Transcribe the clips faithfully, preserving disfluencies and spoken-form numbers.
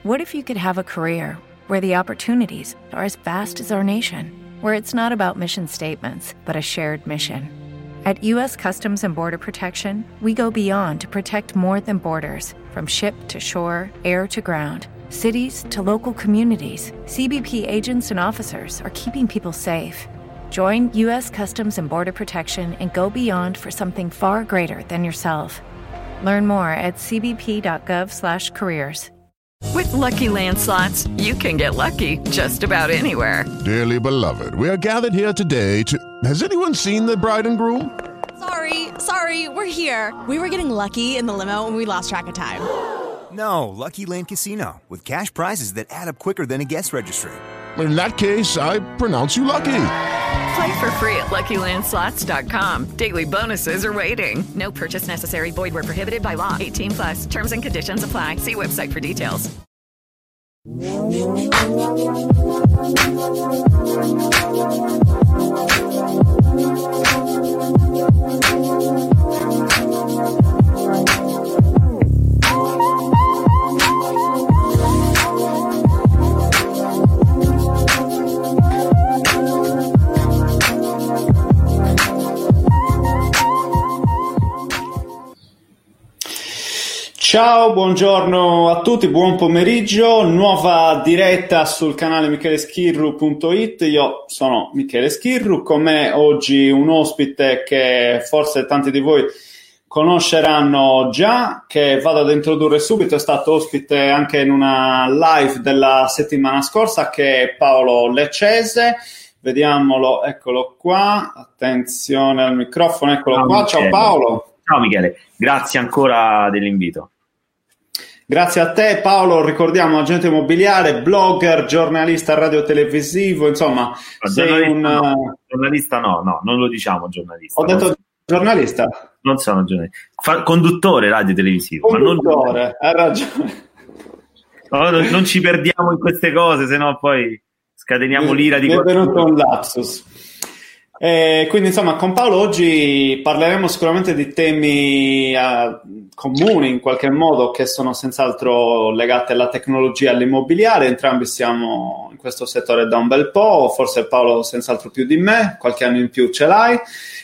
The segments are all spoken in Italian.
What if you could have a career where the opportunities are as vast as our nation, where it's not about mission statements, but a shared mission? At U S Customs and Border Protection, we go beyond to protect more than borders. From ship to shore, air to ground, cities to local communities, C B P agents and officers are keeping people safe. Join U S Customs and Border Protection and go beyond for something far greater than yourself. Learn more at c b p dot gov slash careers. With Lucky Land Slots, you can get lucky just about anywhere. Dearly beloved, we are gathered here today to... Has anyone seen the bride and groom? Sorry, sorry, we're here. We were getting lucky in the limo and we lost track of time. No, Lucky Land Casino, with cash prizes that add up quicker than a guest registry. In that case, I pronounce you lucky. Play for free at lucky land slots dot com. Daily bonuses are waiting. No purchase necessary. Void where prohibited by law. eighteen plus. Terms and conditions apply. See website for details. Ciao, buongiorno a tutti, buon pomeriggio, nuova diretta sul canale michele schirru punto it. Io sono Michele Schirru, con me oggi un ospite che forse tanti di voi conosceranno già, che vado ad introdurre subito. È stato ospite anche in una live della settimana scorsa, che è Paolo Leccese. Vediamolo, eccolo qua, attenzione al microfono, eccolo ciao, qua. Michele. Ciao Paolo. Ciao Michele, grazie ancora dell'invito. Grazie a te Paolo, ricordiamo agente immobiliare, blogger, giornalista radio-televisivo, insomma no, sei giornalista, un... No, giornalista no, no, non lo diciamo giornalista. Ho detto non giornalista? Non sono giornalista, Fa, conduttore radio-televisivo. Conduttore, ma non... hai ragione. No, non, non ci perdiamo in queste cose, sennò poi scateniamo l'ira di qualcuno. Mi è venuto un lapsus. Eh, quindi insomma con Paolo oggi parleremo sicuramente di temi uh, comuni in qualche modo, che sono senz'altro legati alla tecnologia e all'immobiliare. Entrambi siamo in questo settore da un bel po', forse Paolo senz'altro più di me, qualche anno in più ce l'hai,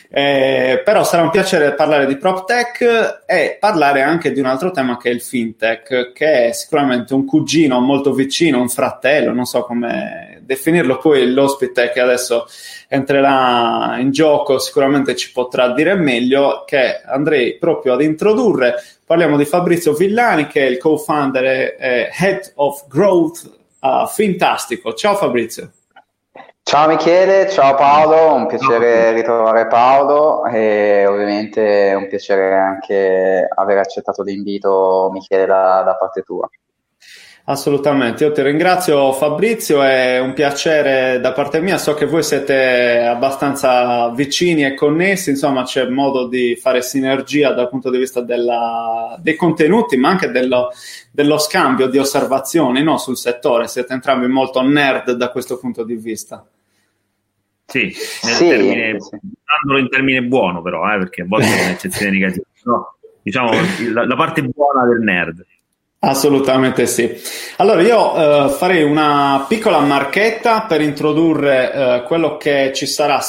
eh, però sarà un piacere parlare di PropTech e parlare anche di un altro tema che è il FinTech, che è sicuramente un cugino molto vicino, un fratello, non so come definirlo. Poi l'ospite che adesso entrerà in gioco sicuramente ci potrà dire meglio, che andrei proprio ad introdurre. Parliamo di Fabrizio Villani, che è il co-founder e Head of Growth a Fintastico. Ciao Fabrizio. Ciao Michele, ciao Paolo, un piacere ritrovare Paolo e ovviamente è un piacere anche aver accettato l'invito, Michele, da, da parte tua. Assolutamente, io ti ringrazio Fabrizio, è un piacere da parte mia. So che voi siete abbastanza vicini e connessi, insomma c'è modo di fare sinergia dal punto di vista della, dei contenuti, ma anche dello, dello scambio di osservazioni, no, sul settore. Siete entrambi molto nerd da questo punto di vista. Sì, nel sì, termine, sì. Dandolo in termine buono però, eh, perché a volte è un'eccezione negativa, no, diciamo la, la parte buona del nerd. Assolutamente sì. Allora io eh, farei una piccola marchetta per introdurre eh, quello che ci sarà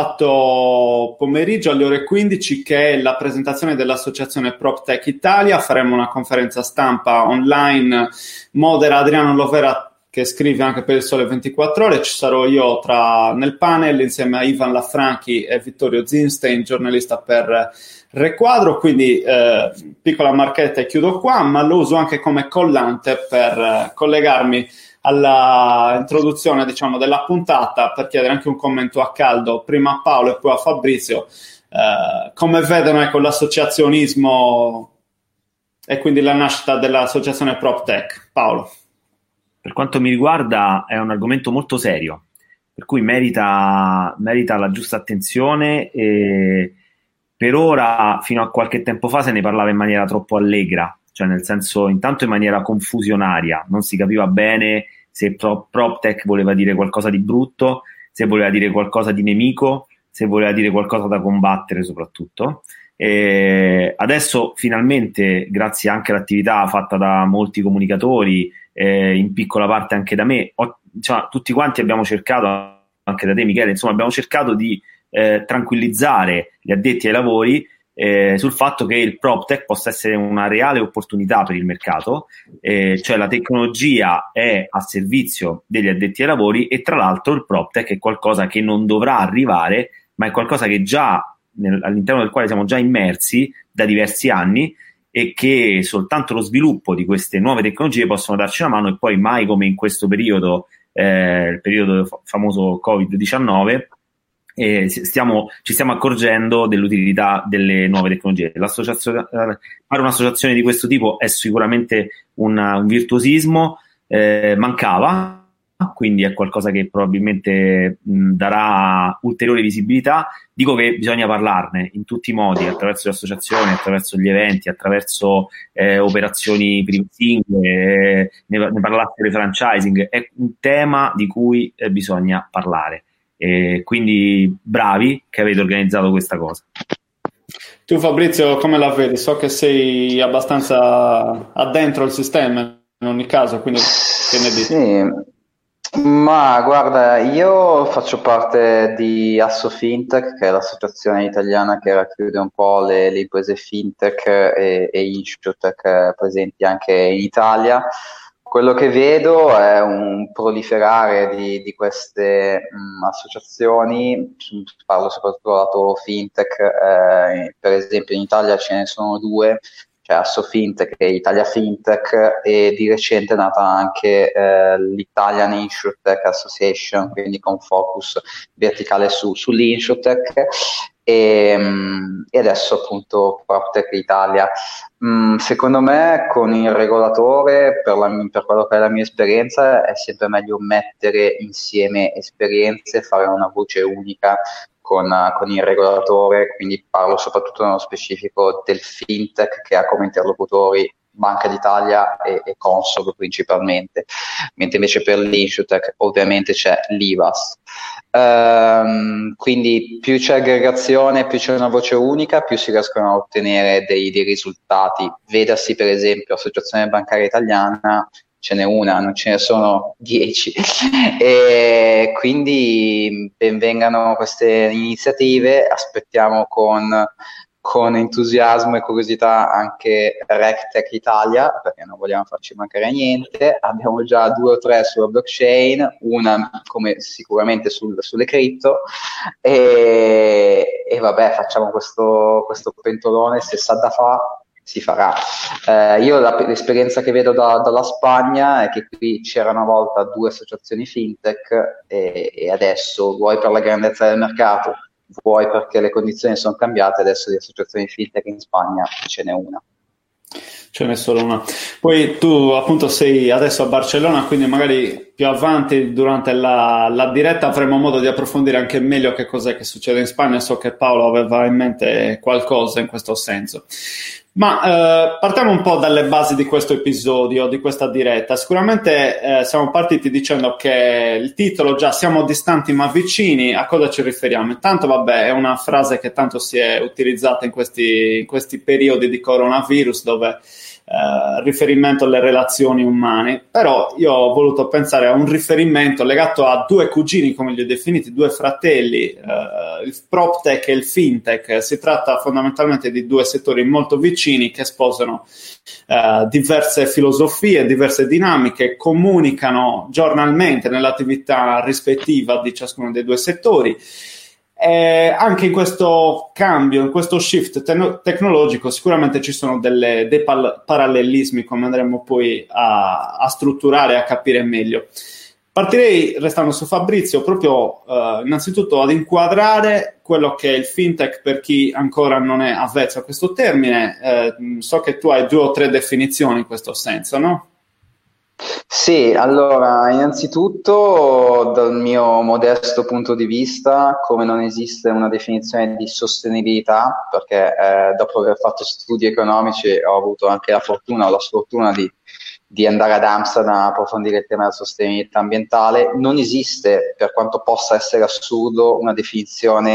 sabato pomeriggio alle ore quindici, che è la presentazione dell'associazione PropTech Italia. Faremo una conferenza stampa online, modera Adriano Lovera, che scrive anche per il Sole ventiquattro Ore. Ci sarò io tra, nel panel insieme a Ivan Lafranchi e Vittorio Zinstein, giornalista per Requadro. Quindi eh, piccola marchetta e chiudo qua, ma lo uso anche come collante per eh, collegarmi alla introduzione, diciamo, della puntata, per chiedere anche un commento a caldo prima a Paolo e poi a Fabrizio, eh, come vedono, ecco, l'associazionismo e quindi la nascita dell'associazione PropTech. Paolo. Per quanto mi riguarda è un argomento molto serio, per cui merita, merita la giusta attenzione. E per ora, fino a qualche tempo fa, se ne parlava in maniera troppo allegra, cioè nel senso, intanto in maniera confusionaria, non si capiva bene se pro- PropTech voleva dire qualcosa di brutto, se voleva dire qualcosa di nemico, se voleva dire qualcosa da combattere soprattutto. Eh, adesso finalmente, grazie anche all'attività fatta da molti comunicatori, eh, in piccola parte anche da me, ho, insomma, tutti quanti abbiamo cercato, anche da te Michele, insomma abbiamo cercato di eh, tranquillizzare gli addetti ai lavori eh, sul fatto che il PropTech possa essere una reale opportunità per il mercato, eh, cioè la tecnologia è a servizio degli addetti ai lavori, e tra l'altro il PropTech è qualcosa che non dovrà arrivare, ma è qualcosa che già nel, all'interno del quale siamo già immersi da diversi anni, e che soltanto lo sviluppo di queste nuove tecnologie possono darci una mano, e poi mai come in questo periodo, eh, il periodo famoso covid diciannove, eh, stiamo, ci stiamo accorgendo dell'utilità delle nuove tecnologie. L'associazione, fare un'associazione di questo tipo è sicuramente un, un virtuosismo, eh, mancava, quindi è qualcosa che probabilmente mh, darà ulteriore visibilità. Dico che bisogna parlarne in tutti i modi, attraverso le associazioni, attraverso gli eventi, attraverso eh, operazioni singole, eh, ne, ne parlate del franchising. È un tema di cui eh, bisogna parlare, e quindi bravi che avete organizzato questa cosa. Tu Fabrizio come la vedi? So che sei abbastanza addentro il sistema in ogni caso, quindi che ne dici? Sì. Ma guarda, io faccio parte di AssoFintech, che è l'associazione italiana che racchiude un po' le, le imprese fintech e, e insurtech presenti anche in Italia. Quello che vedo è un proliferare di, di queste mh, associazioni, parlo soprattutto dal lato fintech, eh, per esempio in Italia ce ne sono due, cioè AssoFintech e Italia Fintech, e di recente è nata anche eh, l'Italian InsurTech Association, quindi con focus verticale su, sull'InsurTech, e, e adesso appunto PropTech Italia. Mm, secondo me con il regolatore, per, la, per quello che è la mia esperienza, è sempre meglio mettere insieme esperienze, fare una voce unica Con, con il regolatore, quindi parlo soprattutto nello specifico del fintech, che ha come interlocutori Banca d'Italia e, e Consob principalmente, mentre invece per l'InsurTech ovviamente c'è l'I V A S. Um, quindi più c'è aggregazione, più c'è una voce unica, più si riescono a ottenere dei, dei risultati. Vedasi per esempio Associazione Bancaria Italiana, ce n'è una, non ce ne sono dieci, e quindi benvengano queste iniziative. Aspettiamo con, con entusiasmo e curiosità anche RecTech Italia, perché non vogliamo farci mancare niente. Abbiamo già due o tre sulla blockchain, una come sicuramente sul, sulle cripto, e, e vabbè, facciamo questo, questo pentolone, se sa da fa si farà. Eh, io la, l'esperienza che vedo da, dalla Spagna è che qui c'era una volta due associazioni fintech, e, e adesso, vuoi per la grandezza del mercato, vuoi perché le condizioni sono cambiate, adesso di associazioni fintech in Spagna ce n'è una. Ce n'è solo una. Poi tu appunto sei adesso a Barcellona, quindi magari più avanti durante la, la diretta avremo modo di approfondire anche meglio che cos'è che succede in Spagna. So che Paolo aveva in mente qualcosa in questo senso. Ma eh, partiamo un po' dalle basi di questo episodio, di questa diretta. Sicuramente eh, siamo partiti dicendo che il titolo già "Siamo distanti ma vicini", a cosa ci riferiamo? Intanto vabbè, è una frase che tanto si è utilizzata in questi, in questi periodi di coronavirus, dove eh, riferimento alle relazioni umane, però io ho voluto pensare a un riferimento legato a due cugini, come li ho definiti, due fratelli, eh, il PropTech e il FinTech. Si tratta fondamentalmente di due settori molto vicini che sposano eh, diverse filosofie, diverse dinamiche, comunicano giornalmente nell'attività rispettiva di ciascuno dei due settori. E anche in questo cambio, in questo shift te- tecnologico, sicuramente ci sono delle, dei pal- parallelismi, come andremo poi a, a strutturare e a capire meglio. Partirei, restando su Fabrizio, proprio uh, innanzitutto ad inquadrare quello che è il fintech per chi ancora non è avvezzo a questo termine. Eh, so che tu hai due o tre definizioni in questo senso, no? Sì, allora, innanzitutto dal mio modesto punto di vista, come non esiste una definizione di sostenibilità, perché eh, dopo aver fatto studi economici ho avuto anche la fortuna o la sfortuna di di andare ad Amsterdam a approfondire il tema della sostenibilità ambientale, non esiste, per quanto possa essere assurdo, una definizione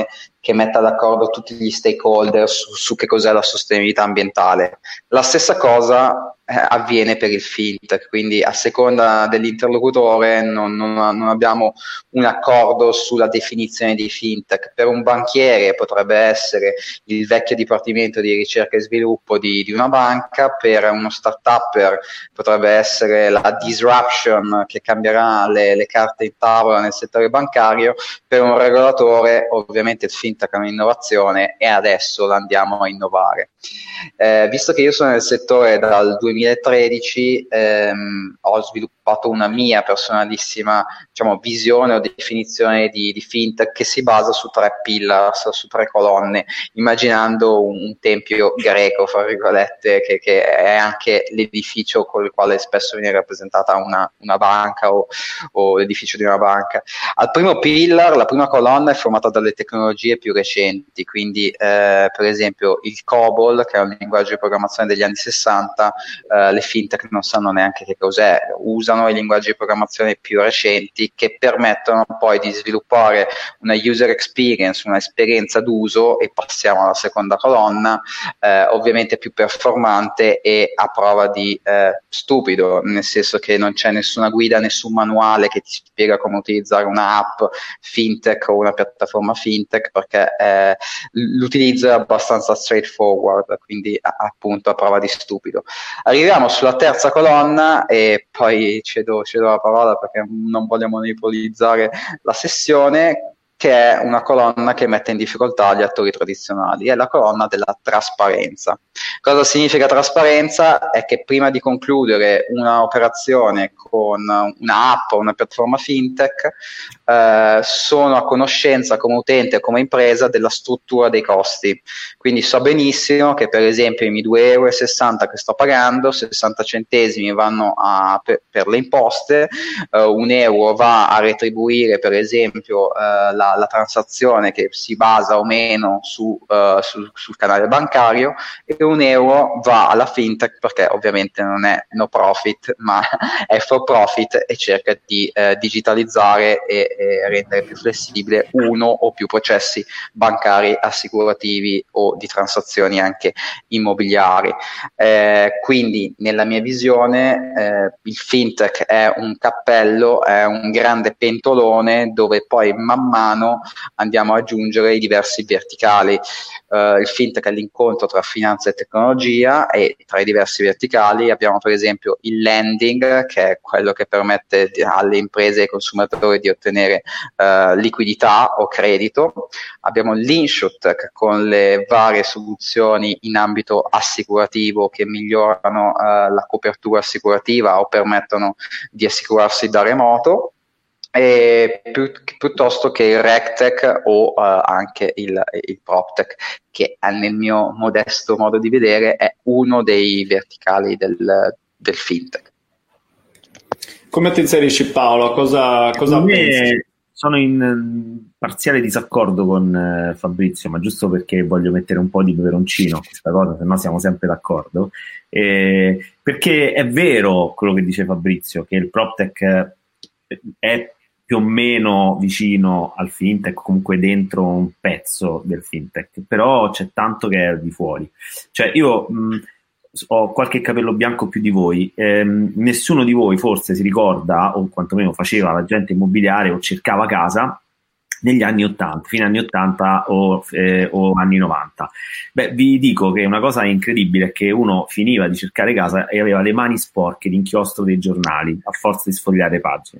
che metta d'accordo tutti gli stakeholder su, su che cos'è la sostenibilità ambientale. La stessa cosa eh, avviene per il fintech, quindi a seconda dell'interlocutore non, non, non abbiamo un accordo sulla definizione di fintech. Per un banchiere potrebbe essere il vecchio dipartimento di ricerca e sviluppo di, di una banca, per uno startupper potrebbe essere la disruption che cambierà le, le carte in tavola nel settore bancario, per un regolatore ovviamente il fintech è un'innovazione e adesso la andiamo a innovare. Eh, visto che io sono nel settore dal duemilatredici, ehm, ho sviluppato una mia personalissima, diciamo, visione o definizione di, di fintech che si basa su tre pillars, su tre colonne, immaginando un, un tempio greco, fra virgolette, che, che è anche l'edificio con il quale spesso viene rappresentata una, una banca o, o l'edificio di una banca. Al primo pillar, la prima colonna è formata dalle tecnologie più recenti, quindi eh, per esempio il COBOL, che è un linguaggio di programmazione degli anni sessanta, eh, le fintech non sanno neanche che cos'è, usano i linguaggi di programmazione più recenti che permettono poi di sviluppare una user experience, un'esperienza d'uso, e passiamo alla seconda colonna, eh, ovviamente più performante e a prova di eh, stupido, nel senso che non c'è nessuna guida, nessun manuale che ti spiega come utilizzare una app fintech o una piattaforma fintech, perché eh, l'utilizzo è abbastanza straightforward, quindi a, appunto a prova di stupido. Arriviamo sulla terza colonna e poi cedo, cedo la parola perché non voglio monopolizzare la sessione, che è una colonna che mette in difficoltà gli attori tradizionali, è la colonna della trasparenza. Cosa significa trasparenza? È che prima di concludere una operazione con una app o una piattaforma fintech, eh, sono a conoscenza come utente e come impresa della struttura dei costi. Quindi so benissimo che per esempio i miei due euro e sessanta che sto pagando, sessanta centesimi vanno a, per, per le imposte, eh, un euro va a retribuire per esempio eh, la La, la transazione che si basa o meno su, uh, sul, sul canale bancario, e un euro va alla fintech perché ovviamente non è no profit ma è for profit e cerca di uh, digitalizzare e, e rendere più flessibile uno o più processi bancari, assicurativi o di transazioni anche immobiliari. Eh, quindi nella mia visione eh, il fintech è un cappello, è un grande pentolone dove poi man mano andiamo ad aggiungere i diversi verticali. Uh, il fintech è l'incontro tra finanza e tecnologia, e tra i diversi verticali abbiamo per esempio il lending, che è quello che permette di, alle imprese e ai consumatori di ottenere uh, liquidità o credito. Abbiamo l'insurtech con le varie soluzioni in ambito assicurativo che migliorano uh, la copertura assicurativa o permettono di assicurarsi da remoto. E pi- piuttosto che il RegTech o uh, anche il, il PropTech, che nel mio modesto modo di vedere è uno dei verticali del, del fintech. Come ti inserisci, Paolo? Cosa, cosa pensi? Sono in parziale disaccordo con eh, Fabrizio, ma giusto perché voglio mettere un po' di peperoncino a questa cosa, se no siamo sempre d'accordo. Eh, perché è vero quello che dice Fabrizio, che il PropTech è più o meno vicino al fintech, comunque dentro un pezzo del fintech, però c'è tanto che è di fuori. Cioè io mh, ho qualche capello bianco più di voi, ehm, nessuno di voi forse si ricorda, o quantomeno faceva l'agente immobiliare o cercava casa negli anni ottanta, fine anni ottanta o, eh, o anni novanta. Beh, vi dico che una cosa incredibile è che uno finiva di cercare casa e aveva le mani sporche di inchiostro dei giornali a forza di sfogliare pagine,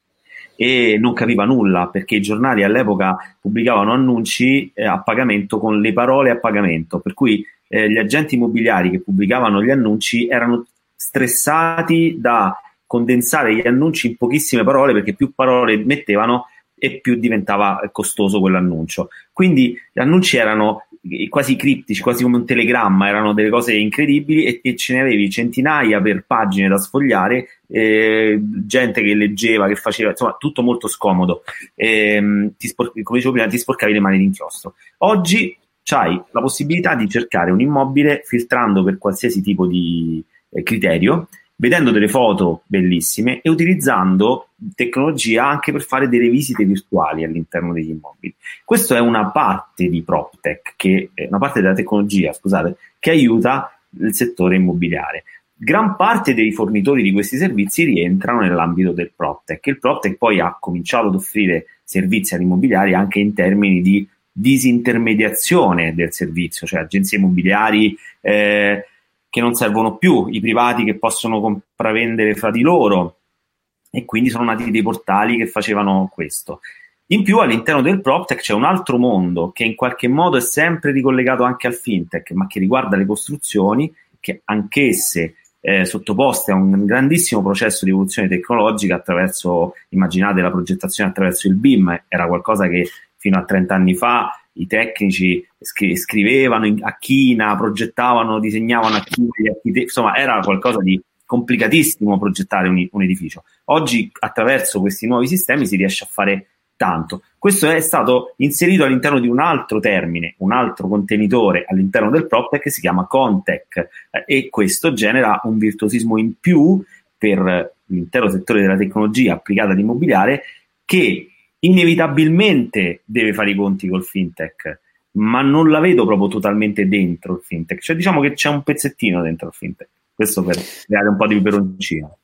e non capiva nulla, perché i giornali all'epoca pubblicavano annunci eh, a pagamento con le parole a pagamento, per cui eh, gli agenti immobiliari che pubblicavano gli annunci erano stressati da condensare gli annunci in pochissime parole, perché più parole mettevano e più diventava costoso quell'annuncio. Quindi gli annunci erano quasi criptici, quasi come un telegramma, erano delle cose incredibili, e, e ce ne avevi centinaia per pagine da sfogliare, eh, gente che leggeva, che faceva, insomma tutto molto scomodo, eh, ti spor- come dicevo prima ti sporcavi le mani d'inchiostro. Oggi c'hai la possibilità di cercare un immobile filtrando per qualsiasi tipo di eh, criterio, vedendo delle foto bellissime e utilizzando tecnologia anche per fare delle visite virtuali all'interno degli immobili. Questa è una parte di PropTech, che è una parte della tecnologia, scusate, che aiuta il settore immobiliare. Gran parte dei fornitori di questi servizi rientrano nell'ambito del PropTech. Il PropTech poi ha cominciato ad offrire servizi all'immobiliare anche in termini di disintermediazione del servizio, cioè agenzie immobiliari eh, che non servono più, i privati che possono compravendere fra di loro, e quindi sono nati dei portali che facevano questo. In più, all'interno del PropTech c'è un altro mondo che in qualche modo è sempre ricollegato anche al fintech, ma che riguarda le costruzioni, che anch'esse Eh, sottoposte a un grandissimo processo di evoluzione tecnologica attraverso, immaginate la progettazione attraverso il B I M, era qualcosa che fino a trenta anni fa i tecnici scri- scrivevano in, a china, progettavano, disegnavano a china, gli architetti, insomma era qualcosa di complicatissimo progettare un, un edificio. Oggi attraverso questi nuovi sistemi si riesce a fare tanto. Questo è stato inserito all'interno di un altro termine, un altro contenitore all'interno del PropTech che si chiama Contech, eh, e questo genera un virtuosismo in più per l'intero settore della tecnologia applicata all'immobiliare, che inevitabilmente deve fare i conti col fintech, ma non la vedo proprio totalmente dentro il fintech, cioè diciamo che c'è un pezzettino dentro il fintech, questo per creare un po' di peperoncino.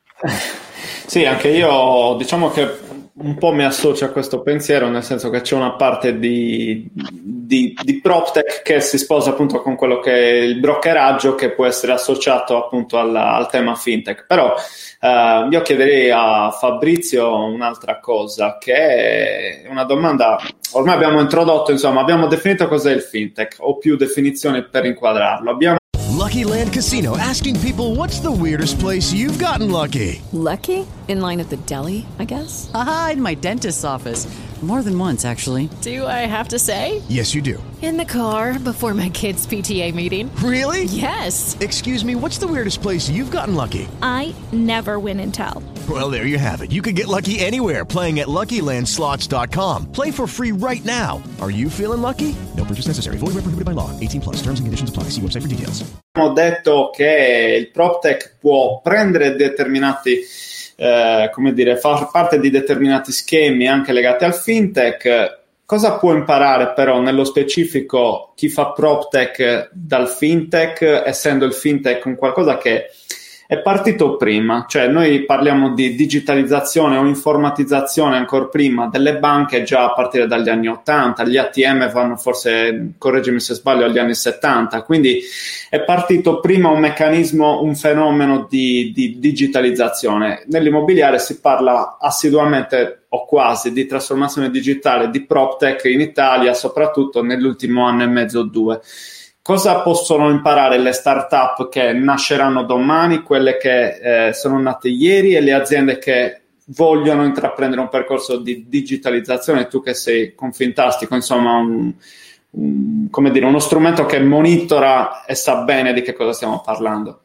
Sì, anche io diciamo che un po' mi associo a questo pensiero, nel senso che c'è una parte di, di, di PropTech che si sposa appunto con quello che è il brokeraggio, che può essere associato appunto al, al tema fintech. Però eh, io chiederei a Fabrizio un'altra cosa, che è una domanda. Ormai abbiamo introdotto, insomma, abbiamo definito cos'è il fintech, o più definizioni per inquadrarlo. Abbiamo Lucky Land Casino, asking people, what's the weirdest place you've gotten lucky? Lucky? In line at the deli, I guess? Aha, in my dentist's office. More than once, actually. Do I have to say? Yes, you do. In the car before my kids' P T A meeting. Really? Yes. Excuse me, what's the weirdest place you've gotten lucky? I never win and tell. Well, there you have it. You can get lucky anywhere, playing at Lucky Land Slots dot com. Play for free right now. Are you feeling lucky? No purchase necessary. Void where prohibited by law. eighteen plus. Terms and conditions apply. See website for details. Abbiamo detto che il PropTech può prendere determinati, eh, come dire, far parte di determinati schemi anche legati al fintech. Cosa può imparare però nello specifico chi fa PropTech dal fintech, essendo il fintech un qualcosa che è partito prima? Cioè noi parliamo di digitalizzazione o informatizzazione ancora prima delle banche, già a partire dagli anni ottanta, gli A T M vanno forse, correggimi se sbaglio, agli anni settanta, quindi è partito prima un meccanismo, un fenomeno di, di digitalizzazione. Nell'immobiliare si parla assiduamente o quasi di trasformazione digitale, di PropTech in Italia, soprattutto nell'ultimo anno e mezzo o due. Cosa possono imparare le start-up che nasceranno domani, quelle che eh, sono nate ieri, e le aziende che vogliono intraprendere un percorso di digitalizzazione? Tu che sei Confintastico, insomma, un, un, come dire, uno strumento che monitora e sa bene di che cosa stiamo parlando.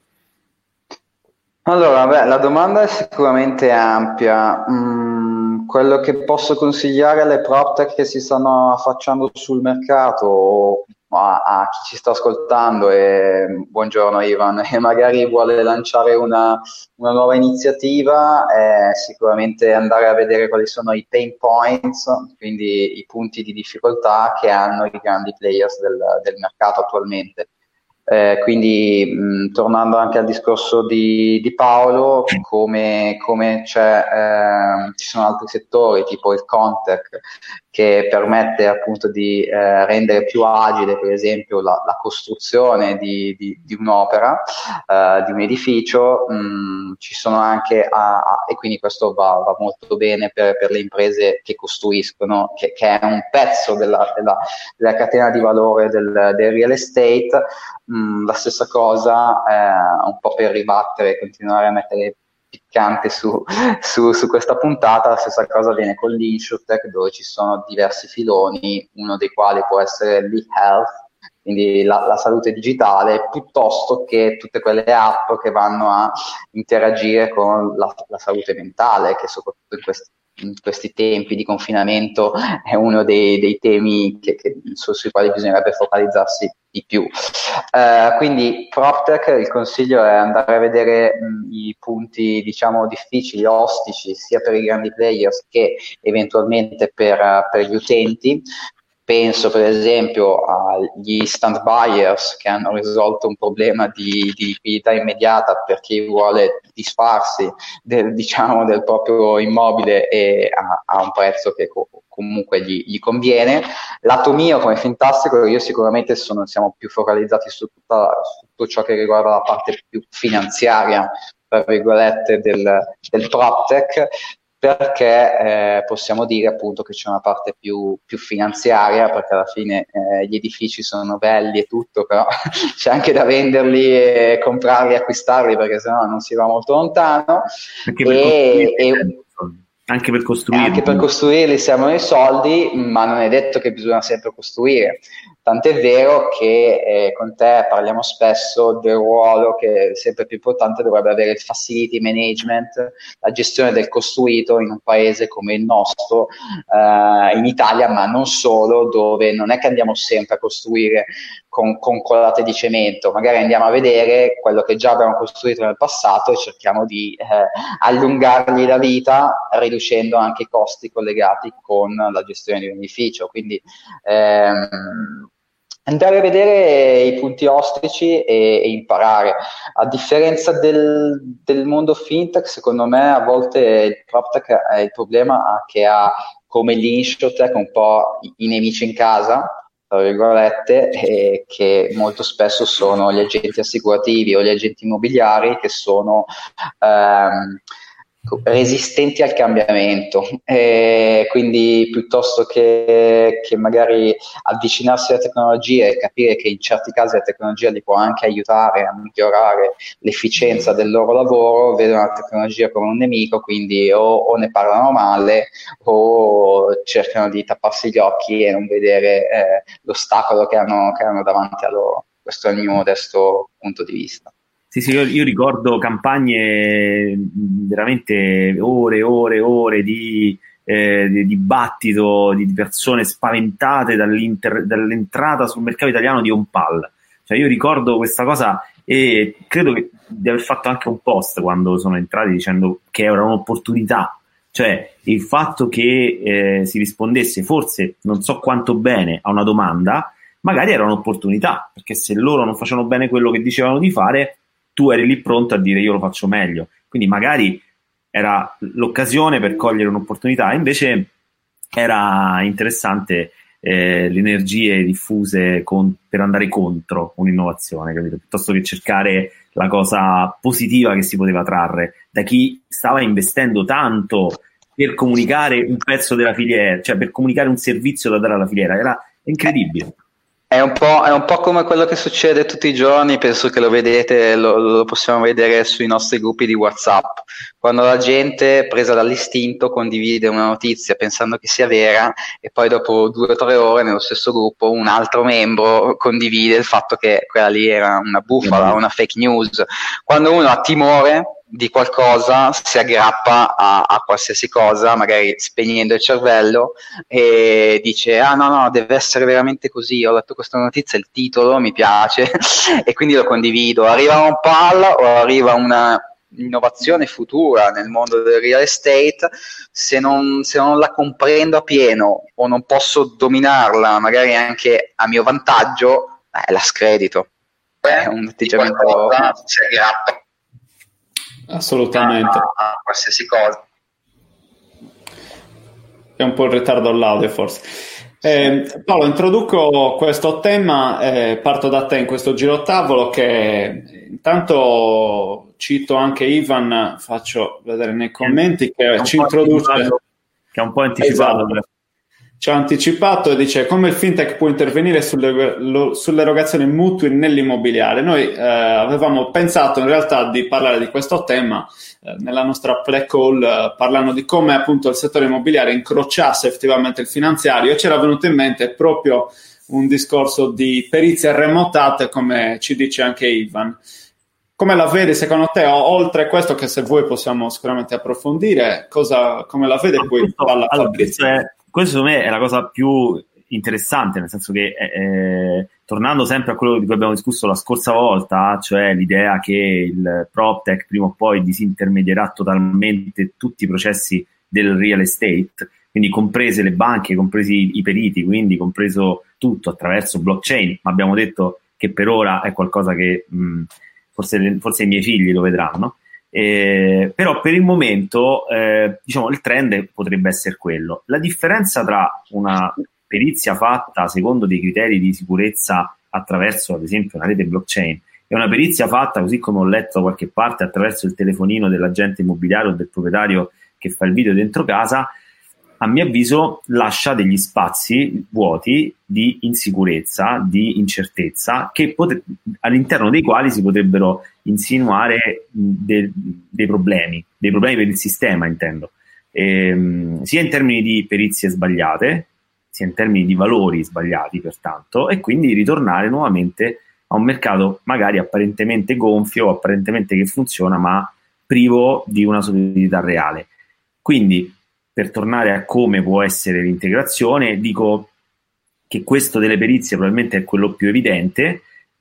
Allora, beh, la domanda è sicuramente ampia. Mm, quello che posso consigliare alle PropTech che si stanno affacciando sul mercato, a, a chi ci sta ascoltando, e buongiorno Ivan, e magari vuole lanciare una, una nuova iniziativa, è sicuramente andare a vedere quali sono i pain points, quindi i punti di difficoltà che hanno i grandi players del, del mercato attualmente. Eh, quindi mh, tornando anche al discorso di, di Paolo, come, come c'è, eh, ci sono altri settori tipo il Contech, che permette appunto di eh, rendere più agile per esempio la, la costruzione di, di, di un'opera, eh, di un edificio. Mh, ci sono anche a, a, e quindi questo va, va molto bene per, per le imprese che costruiscono, che, che è un pezzo della, della, della catena di valore del, del real estate. Mm, la stessa cosa, eh, un po' per ribattere e continuare a mettere piccante su, su, su questa puntata, la stessa cosa avviene con l'InsurTech, dove ci sono diversi filoni, uno dei quali può essere l'e-health, quindi la, la salute digitale, piuttosto che tutte quelle app che vanno a interagire con la, la salute mentale, che soprattutto in questi in questi tempi di confinamento è uno dei, dei temi che, che, su, sui quali bisognerebbe focalizzarsi di più. Uh, quindi PropTech, il consiglio è andare a vedere mh, i punti diciamo difficili, ostici, sia per i grandi players che eventualmente per, uh, per gli utenti. Penso per esempio agli instant buyers che hanno risolto un problema di, di liquidità immediata per chi vuole disfarsi del, diciamo, del proprio immobile e a, a un prezzo che co- comunque gli, gli conviene. Lato mio come Fintastico io sicuramente sono, siamo più focalizzati su, tutta, su tutto ciò che riguarda la parte più finanziaria, tra virgolette, del, del PropTech, perché eh, possiamo dire appunto che c'è una parte più, più finanziaria, perché alla fine eh, gli edifici sono belli e tutto, però c'è anche da venderli e comprarli e acquistarli, perché sennò non si va molto lontano. Anche e, per e, anche per costruirli. Anche per costruirli servono i soldi, ma non è detto che bisogna sempre costruire. Tant'è vero che eh, con te parliamo spesso del ruolo che è sempre più importante dovrebbe avere il facility management, la gestione del costruito in un paese come il nostro, eh, in Italia, ma non solo, dove non è che andiamo sempre a costruire con, con colate di cemento, magari andiamo a vedere quello che già abbiamo costruito nel passato e cerchiamo di eh, allungargli la vita, riducendo anche i costi collegati con la gestione di un edificio. Quindi ehm, andare a vedere i punti ostici e, e imparare. A differenza del, del mondo fintech, secondo me a volte il PropTech è il problema che ha come l'InsurTech un po' i nemici in casa, tra virgolette, e che molto spesso sono gli agenti assicurativi o gli agenti immobiliari che sono ehm, resistenti al cambiamento, e quindi piuttosto che, che magari avvicinarsi alla tecnologia e capire che in certi casi la tecnologia li può anche aiutare a migliorare l'efficienza del loro lavoro, vedono la tecnologia come un nemico, quindi o, o ne parlano male o cercano di tapparsi gli occhi e non vedere eh, l'ostacolo che hanno, che hanno davanti a loro. Questo è il mio modesto punto di vista. Sì, sì, io, io ricordo campagne veramente ore e ore e ore di, eh, di dibattito di persone spaventate dall'entrata sul mercato italiano di OnPal. Cioè io ricordo questa cosa e credo che di aver fatto anche un post quando sono entrati dicendo che era un'opportunità. Cioè il fatto che eh, si rispondesse forse non so quanto bene a una domanda, magari era un'opportunità, perché se loro non facevano bene quello che dicevano di fare, tu eri lì pronto a dire io lo faccio meglio, quindi magari era l'occasione per cogliere un'opportunità, invece era interessante eh, le energie diffuse con, per andare contro un'innovazione, capito? Piuttosto che cercare la cosa positiva che si poteva trarre da chi stava investendo tanto per comunicare un pezzo della filiera, cioè per comunicare un servizio da dare alla filiera, era incredibile. È un po', è un po' come quello che succede tutti i giorni, penso che lo vedete, lo, lo possiamo vedere sui nostri gruppi di WhatsApp, quando la gente, presa dall'istinto, condivide una notizia pensando che sia vera e poi dopo due o tre ore nello stesso gruppo un altro membro condivide il fatto che quella lì era una bufala, una fake news. Quando uno ha timore di qualcosa si aggrappa a, a qualsiasi cosa, magari spegnendo il cervello, e dice ah no no deve essere veramente così, ho letto questa notizia, il titolo mi piace e quindi lo condivido. Arriva un palla o arriva una innovazione futura nel mondo del real estate, se non, se non la comprendo a pieno o non posso dominarla magari anche a mio vantaggio, eh, la scredito. È un atteggiamento si aggrappa assolutamente a, a qualsiasi cosa. È un po' in ritardo all'audio forse. Eh, Paolo, introduco questo tema, eh, parto da te in questo giro tavolo, che intanto cito anche Ivan, faccio vedere nei commenti che ci introduce, che è un po' anticipato. Esatto. Ci ha anticipato e dice come il fintech può intervenire sulle, lo, sull'erogazione mutui nell'immobiliare. Noi eh, avevamo pensato in realtà di parlare di questo tema eh, nella nostra pre-call, eh, parlando di come appunto il settore immobiliare incrociasse effettivamente il finanziario, e c'era venuto in mente proprio un discorso di perizie remotate, come ci dice anche Ivan. come la vedi secondo te, o, oltre questo che se vuoi possiamo sicuramente approfondire, cosa, come la vede poi dalla allora, Fabrizio? Questo, è, questo secondo me è la cosa più interessante, nel senso che eh, tornando sempre a quello di cui abbiamo discusso la scorsa volta, cioè l'idea che il PropTech prima o poi disintermedierà totalmente tutti i processi del real estate, quindi comprese le banche, compresi i periti, quindi compreso tutto attraverso blockchain, ma abbiamo detto che per ora è qualcosa che mh, forse, forse i miei figli lo vedranno. Eh, però per il momento eh, diciamo il trend potrebbe essere quello. La differenza tra una perizia fatta secondo dei criteri di sicurezza attraverso ad esempio una rete blockchain e una perizia fatta, così come ho letto da qualche parte, attraverso il telefonino dell'agente immobiliare o del proprietario che fa il video dentro casa, a mio avviso lascia degli spazi vuoti di insicurezza, di incertezza, che potre- all'interno dei quali si potrebbero insinuare de- dei problemi, dei problemi per il sistema, intendo, ehm, sia in termini di perizie sbagliate, sia in termini di valori sbagliati, pertanto, e quindi ritornare nuovamente a un mercato magari apparentemente gonfio, apparentemente che funziona, ma privo di una solidità reale. Quindi, per tornare a come può essere l'integrazione, dico che questo delle perizie probabilmente è quello più evidente,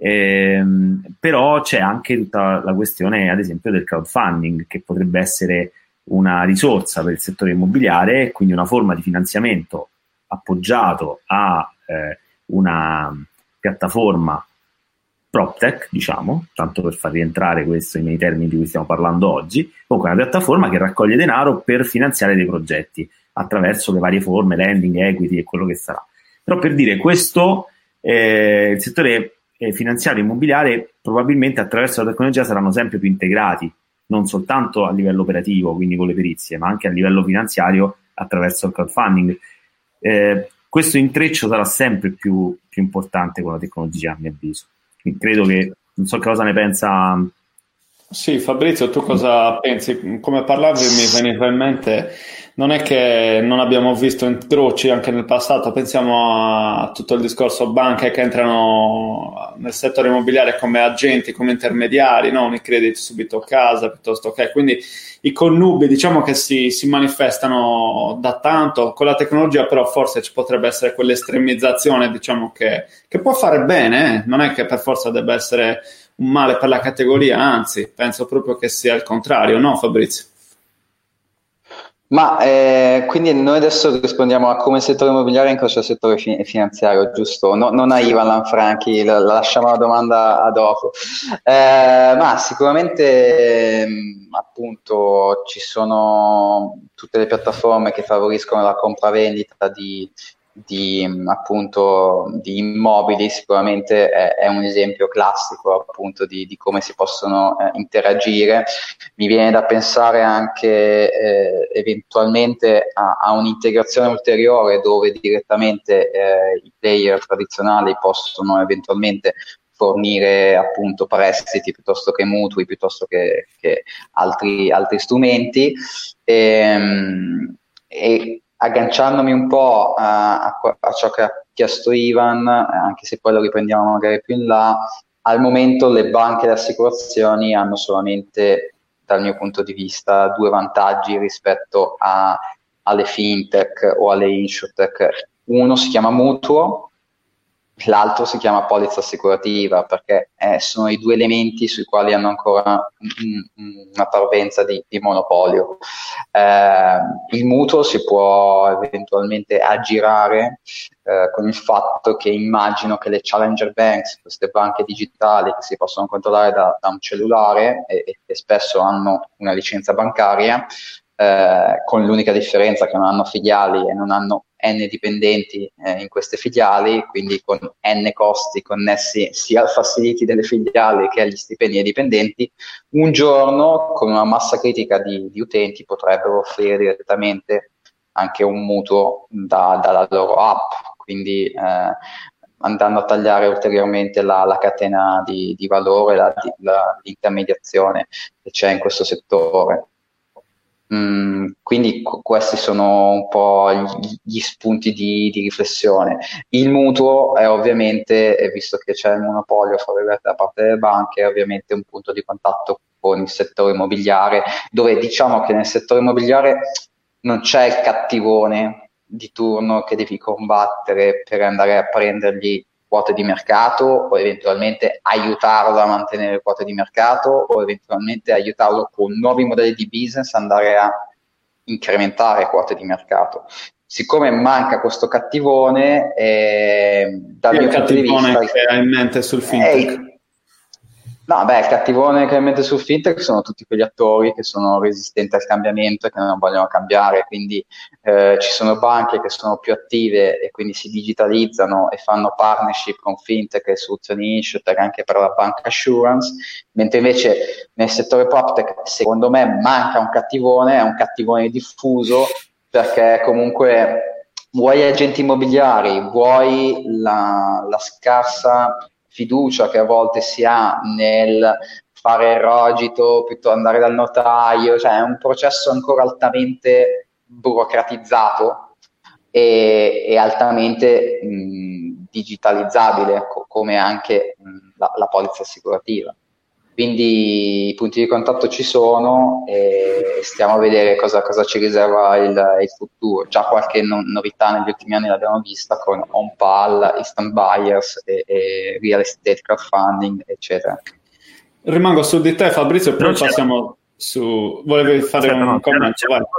ehm, però c'è anche tutta la questione, ad esempio, del crowdfunding, che potrebbe essere una risorsa per il settore immobiliare, quindi una forma di finanziamento appoggiato a eh, una piattaforma PropTech, diciamo, tanto per far rientrare questo nei termini di cui stiamo parlando oggi, comunque una piattaforma che raccoglie denaro per finanziare dei progetti attraverso le varie forme, lending, equity e quello che sarà. Però per dire questo, eh, il settore eh, finanziario immobiliare probabilmente attraverso la tecnologia saranno sempre più integrati, non soltanto a livello operativo, quindi con le perizie, ma anche a livello finanziario attraverso il crowdfunding. Eh, questo intreccio sarà sempre più, più importante con la tecnologia, a mio avviso. Quindi credo che, non so che cosa ne pensa. Sì, Fabrizio, tu cosa pensi? Come parlavi mi veniva in mente, non è che non abbiamo visto incroci anche nel passato, pensiamo a tutto il discorso banche che entrano nel settore immobiliare come agenti, come intermediari, no? Un credito subito casa, piuttosto che, quindi i connubi diciamo che si, si manifestano da tanto, con la tecnologia però forse ci potrebbe essere quell'estremizzazione, diciamo che, che può fare bene, eh? Non è che per forza debba essere un male per la categoria, anzi penso proprio che sia il contrario, no Fabrizio? Ma eh, quindi noi adesso rispondiamo a come settore immobiliare incrocia il settore fi- finanziario, giusto? No, non a Ivan Lanfranchi, la, la lasciamo la domanda a dopo. Eh, ma sicuramente ehm, appunto ci sono tutte le piattaforme che favoriscono la compravendita di di appunto di immobili, sicuramente è, è un esempio classico appunto di, di come si possono eh, interagire. Mi viene da pensare anche eh, eventualmente a, a un'integrazione ulteriore dove direttamente eh, i player tradizionali possono eventualmente fornire appunto prestiti piuttosto che mutui, piuttosto che, che altri, altri strumenti. E, e agganciandomi un po' a, a, a ciò che ha chiesto Ivan, anche se poi lo riprendiamo magari più in là, al momento le banche e le assicurazioni hanno solamente, dal mio punto di vista, due vantaggi rispetto a, alle fintech o alle insurtech. Uno si chiama mutuo, l'altro si chiama polizza assicurativa, perché eh, sono i due elementi sui quali hanno ancora un, una parvenza di, di monopolio. Eh, il mutuo si può eventualmente aggirare eh, con il fatto che immagino che le challenger banks, queste banche digitali che si possono controllare da, da un cellulare e, e spesso hanno una licenza bancaria, eh, con l'unica differenza che non hanno filiali e non hanno N dipendenti eh, in queste filiali, quindi con N costi connessi sia al facility delle filiali che agli stipendi dei dipendenti, un giorno con una massa critica di, di utenti potrebbero offrire direttamente anche un mutuo da, dalla loro app, quindi eh, andando a tagliare ulteriormente la, la catena di, di valore, la, la, l'intermediazione che c'è in questo settore. Mm, mh, quindi qu- questi sono un po' gli, gli spunti di, di riflessione. Il mutuo è ovviamente, e visto che c'è il monopolio fra virgolette da parte delle banche, è ovviamente un punto di contatto con il settore immobiliare, dove diciamo che nel settore immobiliare non c'è il cattivone di turno che devi combattere per andare a prendergli quote di mercato o eventualmente aiutarlo a mantenere quote di mercato o eventualmente aiutarlo con nuovi modelli di business andare a incrementare quote di mercato. Siccome manca questo cattivone, eh, dal mio punto di vista, che hai in mente sul fintech? Eh, No, beh, il cattivone che mette sul fintech sono tutti quegli attori che sono resistenti al cambiamento e che non vogliono cambiare, quindi eh, ci sono banche che sono più attive e quindi si digitalizzano e fanno partnership con fintech e soluzioni insurtech anche per la bank assurance, mentre invece nel settore proptech secondo me manca un cattivone, è un cattivone diffuso, perché comunque vuoi agenti immobiliari, vuoi la, la scarsa fiducia che a volte si ha nel fare il rogito piuttosto andare dal notaio, cioè è un processo ancora altamente burocratizzato e, e altamente mh, digitalizzabile, co- come anche mh, la, la polizza assicurativa. Quindi i punti di contatto ci sono e stiamo a vedere cosa, cosa ci riserva il, il futuro. Già qualche no, novità negli ultimi anni l'abbiamo vista con OnPal, Instant Buyers e, e Real Estate Crowdfunding, eccetera. Rimango su di te, Fabrizio, e poi passiamo su... Volevi fare Certo, un no, commento? c'era, c'era,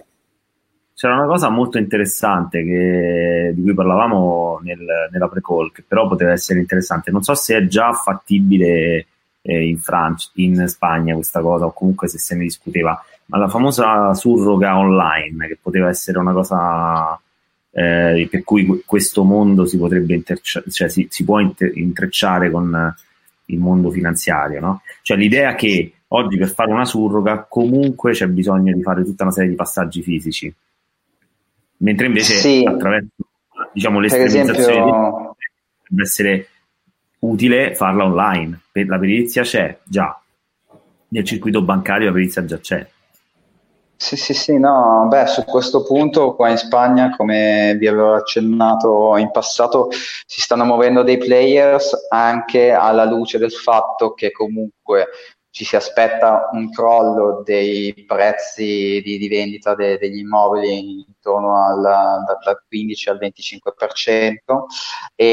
c'era una cosa molto interessante che, di cui parlavamo nel, nella pre-call, che però poteva essere interessante. Non so se è già fattibile in Francia, in Spagna questa cosa, o comunque se se ne discuteva, ma la famosa surroga online, che poteva essere una cosa eh, per cui questo mondo si potrebbe interci- cioè si, si può inter- intrecciare con il mondo finanziario, no? Cioè l'idea che oggi per fare una surroga comunque c'è bisogno di fare tutta una serie di passaggi fisici, mentre invece sì, attraverso, diciamo, l'estremizzazione esempio... deve essere utile farla online. La perizia c'è già nel circuito bancario, la perizia già c'è. Sì, sì, sì, no, beh, su questo punto qua in Spagna, come vi avevo accennato in passato, si stanno muovendo dei players anche alla luce del fatto che comunque ci si aspetta un crollo dei prezzi di, di vendita de, degli immobili intorno al, da, dal quindici al venticinque per cento e,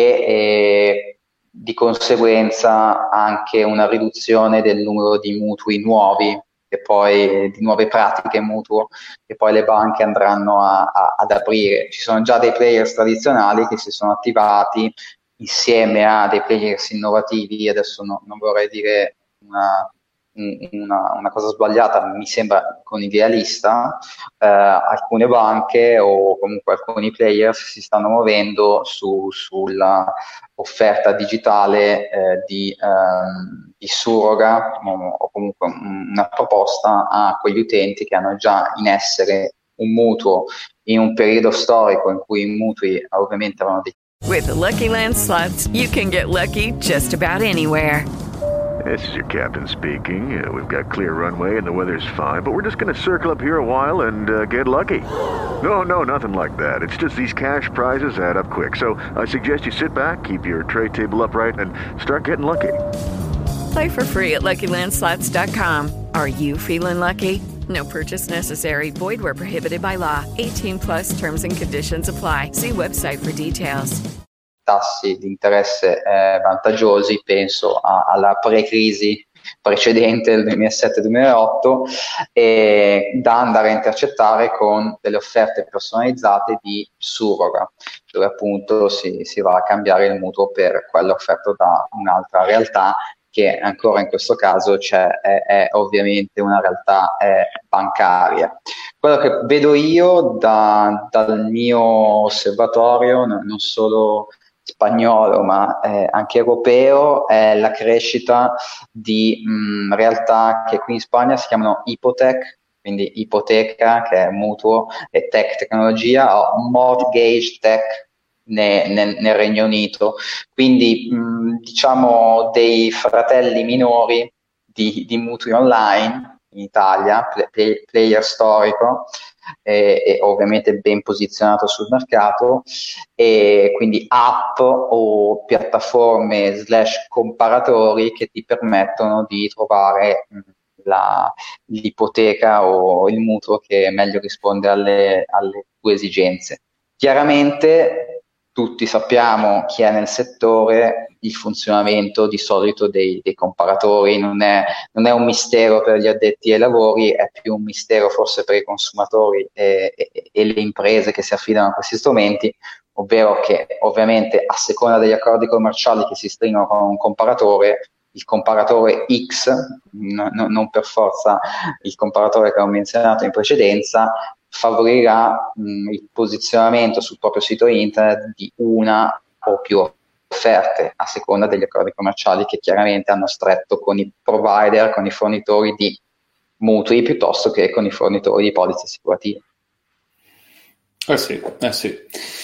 e di conseguenza anche una riduzione del numero di mutui nuovi e poi di nuove pratiche mutuo che poi le banche andranno a, a, ad aprire. Ci sono già dei players tradizionali che si sono attivati insieme a dei players innovativi, adesso no, non vorrei dire una, una, una cosa sbagliata, mi sembra con idealista, eh, alcune banche o comunque alcuni players si stanno muovendo su, sulla offerta digitale eh, di, ehm, di surroga o, o comunque una proposta a quegli utenti che hanno già in essere un mutuo in un periodo storico in cui i mutui ovviamente avevano dei... With the Lucky Land Slots, you can get lucky just about anywhere. This is your captain speaking. Uh, we've got clear runway and the weather's fine, but we're just going to circle up here a while and uh, get lucky. No, no, nothing like that. It's just these cash prizes add up quick. So I suggest you sit back, keep your tray table upright, and start getting lucky. Play for free at Lucky Land Slots dot com. Are you feeling lucky? No purchase necessary. Void where prohibited by law. eighteen plus terms and conditions apply. See website for details. Tassi di interesse eh, vantaggiosi, penso a, alla pre-crisi precedente del duemilasette duemilaotto, e da andare a intercettare con delle offerte personalizzate di surroga, dove appunto si, si va a cambiare il mutuo per quello offerto da un'altra realtà che ancora in questo caso c'è, è, è ovviamente una realtà è bancaria. Quello che vedo io da, dal mio osservatorio, non solo spagnolo ma eh, anche europeo, è la crescita di mh, realtà che qui in Spagna si chiamano ipotech, quindi ipoteca che è mutuo e tech tecnologia, o mortgage tech nel, nel, nel Regno Unito, quindi mh, diciamo dei fratelli minori di, di mutui online in Italia, play, player storico e, e ovviamente ben posizionato sul mercato, e quindi app o piattaforme slash comparatori che ti permettono di trovare la, l'ipoteca o il mutuo che meglio risponde alle, alle tue esigenze. Chiaramente tutti sappiamo, chi è nel settore, il funzionamento di solito dei, dei comparatori non è, non è un mistero per gli addetti ai lavori, è più un mistero forse per i consumatori e, e, e le imprese che si affidano a questi strumenti, ovvero che ovviamente a seconda degli accordi commerciali che si stringono con un comparatore, il comparatore X, no, no, non per forza il comparatore che ho menzionato in precedenza, favorirà mh, il posizionamento sul proprio sito internet di una o più offerte a seconda degli accordi commerciali che chiaramente hanno stretto con i provider, con i fornitori di mutui piuttosto che con i fornitori di polizze assicurative. Eh sì, eh sì.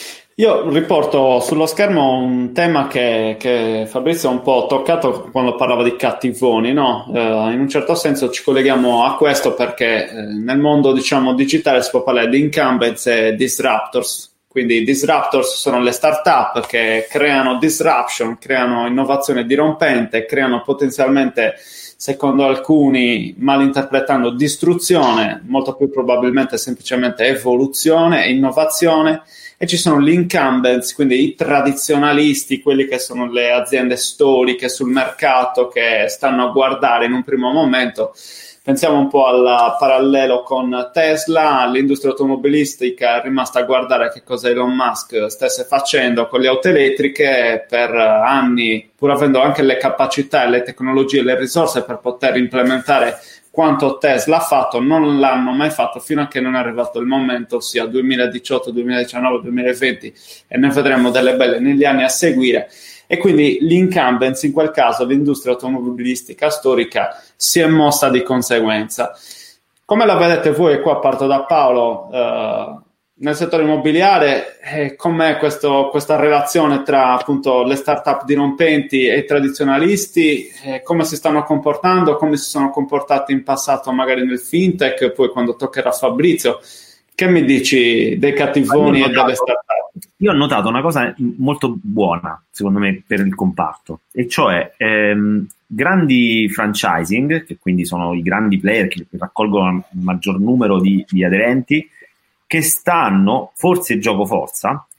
Io riporto sullo schermo un tema che, che Fabrizio ha un po' toccato quando parlava di cattivoni, no? Eh, in un certo senso ci colleghiamo a questo perché eh, nel mondo, diciamo, digitale si può parlare di incumbents e disruptors. Quindi i disruptors sono le startup che creano disruption, creano innovazione dirompente, creano potenzialmente, secondo alcuni, malinterpretando, distruzione, molto più probabilmente semplicemente evoluzione e innovazione. E ci sono gli incumbents, quindi i tradizionalisti, quelli che sono le aziende storiche sul mercato che stanno a guardare in un primo momento. Pensiamo un po' al parallelo con Tesla, l'industria automobilistica è rimasta a guardare che cosa Elon Musk stesse facendo con le auto elettriche per anni, pur avendo anche le capacità e le tecnologie e le risorse per poter implementare quanto Tesla ha fatto, non l'hanno mai fatto fino a che non è arrivato il momento, ossia duemiladiciotto, duemiladiciannove, duemilaventi, e ne vedremo delle belle negli anni a seguire. E quindi gli incumbents, in quel caso l'industria automobilistica storica, si è mossa di conseguenza. Come la vedete voi, e qua parto da Paolo, eh, nel settore immobiliare, eh, com'è questo, questa relazione tra appunto le start-up dirompenti e i tradizionalisti, eh, come si stanno comportando, come si sono comportati in passato magari nel fintech, poi quando toccherà a Fabrizio, che mi dici dei cattivoni e delle start-up? Io ho notato una cosa molto buona, secondo me, per il comparto, e cioè ehm, grandi franchising, che quindi sono i grandi player che raccolgono il maggior numero di, di aderenti, che stanno, forse gioco forza,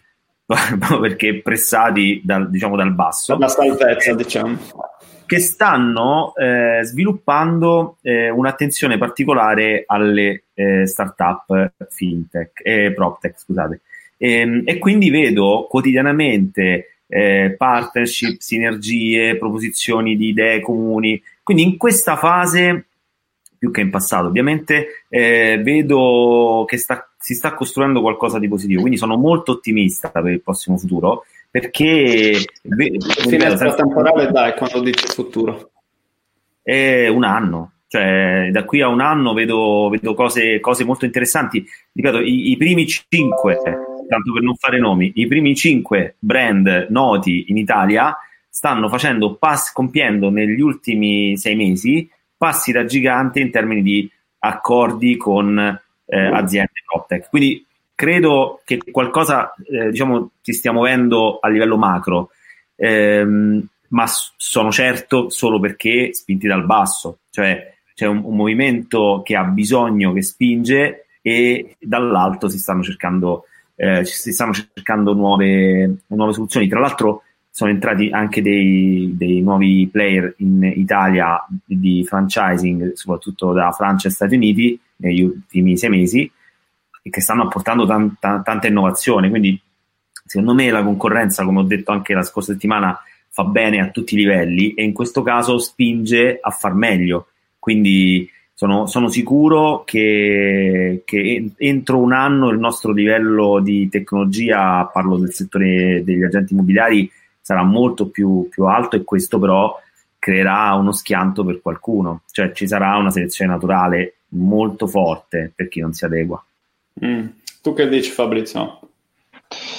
perché pressati dal, diciamo, dal basso, la salvezza, diciamo, che stanno eh, sviluppando eh, un'attenzione particolare alle eh, startup fintech, eh, proptech, scusate, e, e quindi vedo quotidianamente eh, partnership, sinergie, proposizioni di idee comuni. Quindi in questa fase, più che in passato ovviamente, eh, vedo che sta, si sta costruendo qualcosa di positivo, quindi sono molto ottimista per il prossimo futuro, perché finestra temporale, dai, quando dici futuro è un anno, cioè da qui a un anno vedo, vedo cose, cose molto interessanti. Ripeto, i, i primi cinque, tanto per non fare nomi, i primi cinque brand noti in Italia stanno facendo pass, compiendo negli ultimi sei mesi passi da gigante in termini di accordi con eh, aziende PropTech. Quindi credo che qualcosa eh, diciamo si stia muovendo a livello macro, ehm, ma s- sono certo solo perché spinti dal basso, cioè c'è un, un movimento che ha bisogno, che spinge, e dall'alto si stanno cercando eh, si stanno cercando nuove, nuove soluzioni. Tra l'altro sono entrati anche dei, dei nuovi player in Italia di franchising, soprattutto da Francia e Stati Uniti, negli ultimi sei mesi, e che stanno apportando tanta, tanta innovazione. Quindi secondo me la concorrenza, come ho detto anche la scorsa settimana, fa bene a tutti i livelli, e in questo caso spinge a far meglio. Quindi sono, sono sicuro che, che entro un anno il nostro livello di tecnologia, parlo del settore degli agenti immobiliari, sarà molto più, più alto, e questo però creerà uno schianto per qualcuno, cioè ci sarà una selezione naturale molto forte per chi non si adegua. Mm. Tu che dici, Fabrizio?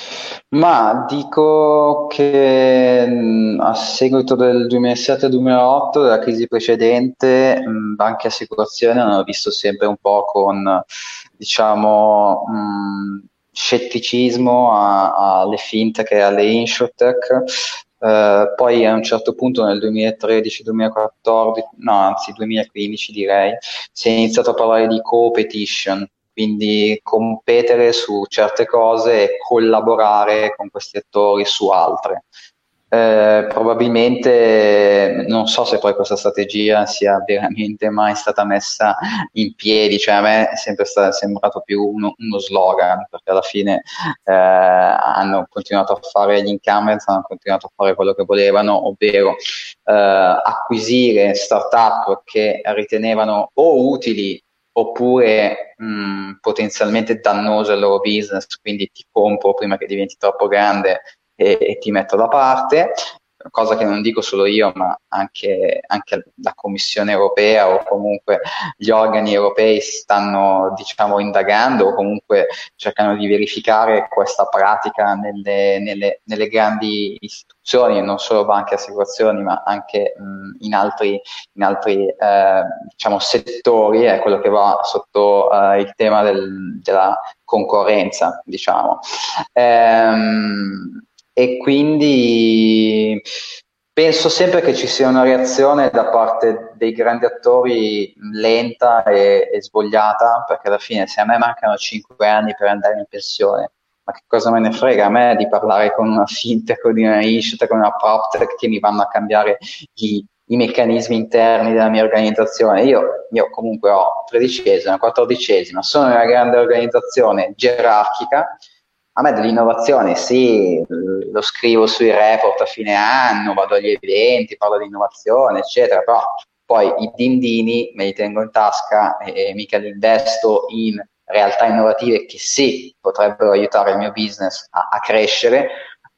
Ma dico che mh, a seguito del duemilasette-duemilaotto, della crisi precedente, mh, banche e assicurazioni hanno visto sempre un po' con, diciamo, mh, scetticismo a- alle fintech e alle insurtech. Eh, poi a un certo punto nel duemilatredici-duemilaquattordici, no, anzi duemilaquindici direi, si è iniziato a parlare di competition, quindi competere su certe cose e collaborare con questi attori su altre. Eh, probabilmente non so se poi questa strategia sia veramente mai stata messa in piedi, cioè a me è sempre stato, è sembrato più uno, uno slogan, perché alla fine eh, hanno continuato a fare gli incumbents, hanno continuato a fare quello che volevano, ovvero eh, acquisire startup che ritenevano o utili oppure mh, potenzialmente dannose al loro business, quindi ti compro prima che diventi troppo grande e, e ti metto da parte, cosa che non dico solo io, ma anche, anche la Commissione europea o comunque gli organi europei stanno, diciamo, indagando o comunque cercano di verificare questa pratica nelle, nelle, nelle grandi istituzioni, non solo banche e assicurazioni, ma anche mh, in altri, in altri eh, diciamo, settori, è quello che va sotto eh, il tema del, della concorrenza, diciamo. Ehm, e quindi penso sempre che ci sia una reazione da parte dei grandi attori lenta e, e svogliata, perché alla fine se a me mancano cinque anni per andare in pensione, ma che cosa me ne frega a me di parlare con una fintech, con una insurtech, con una proptech che mi vanno a cambiare i, i meccanismi interni della mia organizzazione. Io, io comunque ho tredicesima, quattordicesima, sono una grande organizzazione gerarchica. A me dell'innovazione sì, lo scrivo sui report a fine anno, vado agli eventi, parlo di innovazione, eccetera, però poi i dindini me li tengo in tasca e mica li investo in realtà innovative che sì, potrebbero aiutare il mio business a, a crescere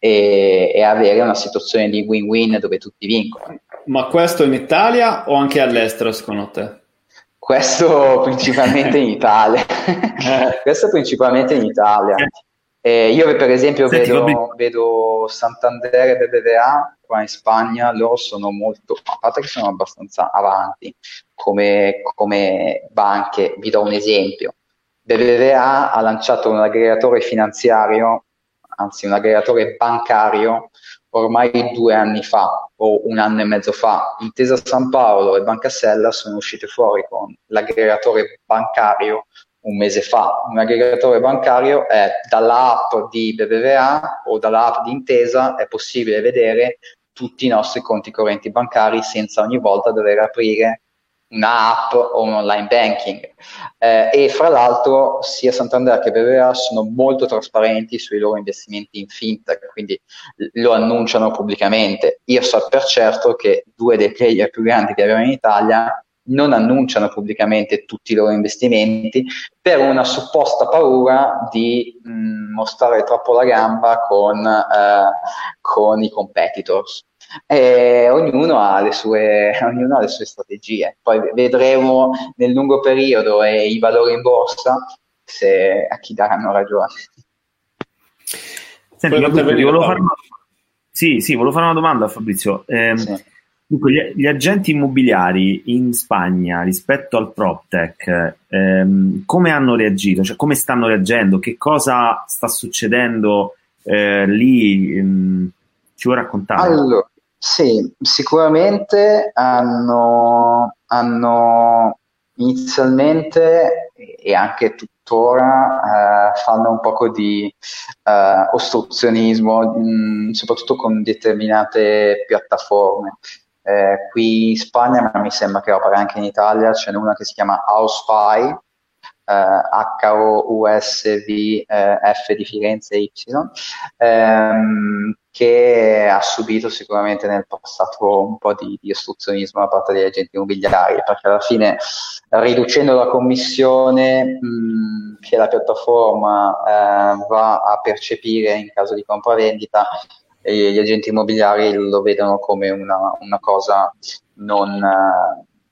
e, e avere una situazione di win-win dove tutti vincono. Ma questo in Italia o anche all'estero secondo te? Questo principalmente in Italia. Questo principalmente in Italia. Eh, io per esempio Senti, vedo, vedo Santander e B B V A qua in Spagna, loro sono molto, a parte che sono abbastanza avanti come, come banche. Vi do un esempio: B B V A ha lanciato un aggregatore finanziario, anzi un aggregatore bancario ormai due anni fa o un anno e mezzo fa. Intesa San Paolo e Banca Sella sono uscite fuori con l'aggregatore bancario un mese fa. Un aggregatore bancario è dall'app di B B V A o dall'app di Intesa è possibile vedere tutti i nostri conti correnti bancari senza ogni volta dover aprire una app o un online banking. Eh, e fra l'altro sia Santander che B B V A sono molto trasparenti sui loro investimenti in fintech, quindi lo annunciano pubblicamente. Io so per certo che due dei player più grandi che abbiamo in Italia non annunciano pubblicamente tutti i loro investimenti per una supposta paura di mh, mostrare troppo la gamba con, eh, con i competitors. E ognuno ha le sue, ognuno ha le sue strategie. Poi vedremo nel lungo periodo e i valori in borsa se a chi daranno ragione. Senti, Fabrizio, ti volevo fare una... Sì, sì, volevo fare una domanda a Fabrizio. Eh, sì. Dunque, gli, gli agenti immobiliari in Spagna rispetto al PropTech, ehm, come hanno reagito? Cioè, come stanno reagendo? Che cosa sta succedendo eh, lì? Ehm, ci vuoi raccontare? Allora, sì, sicuramente hanno, hanno inizialmente e anche tuttora eh, fanno un po' di eh, ostruzionismo, mh, soprattutto con determinate piattaforme. Eh, qui in Spagna, ma mi sembra che opera anche in Italia, c'è una che si chiama Housefy, eh, H O U S V eh, F di Firenze Y, ehm, che ha subito sicuramente nel passato un po' di, di ostruzionismo da parte degli agenti immobiliari, perché alla fine, riducendo la commissione mh, che la piattaforma eh, va a percepire in caso di compravendita, e gli agenti immobiliari lo vedono come una, una cosa non,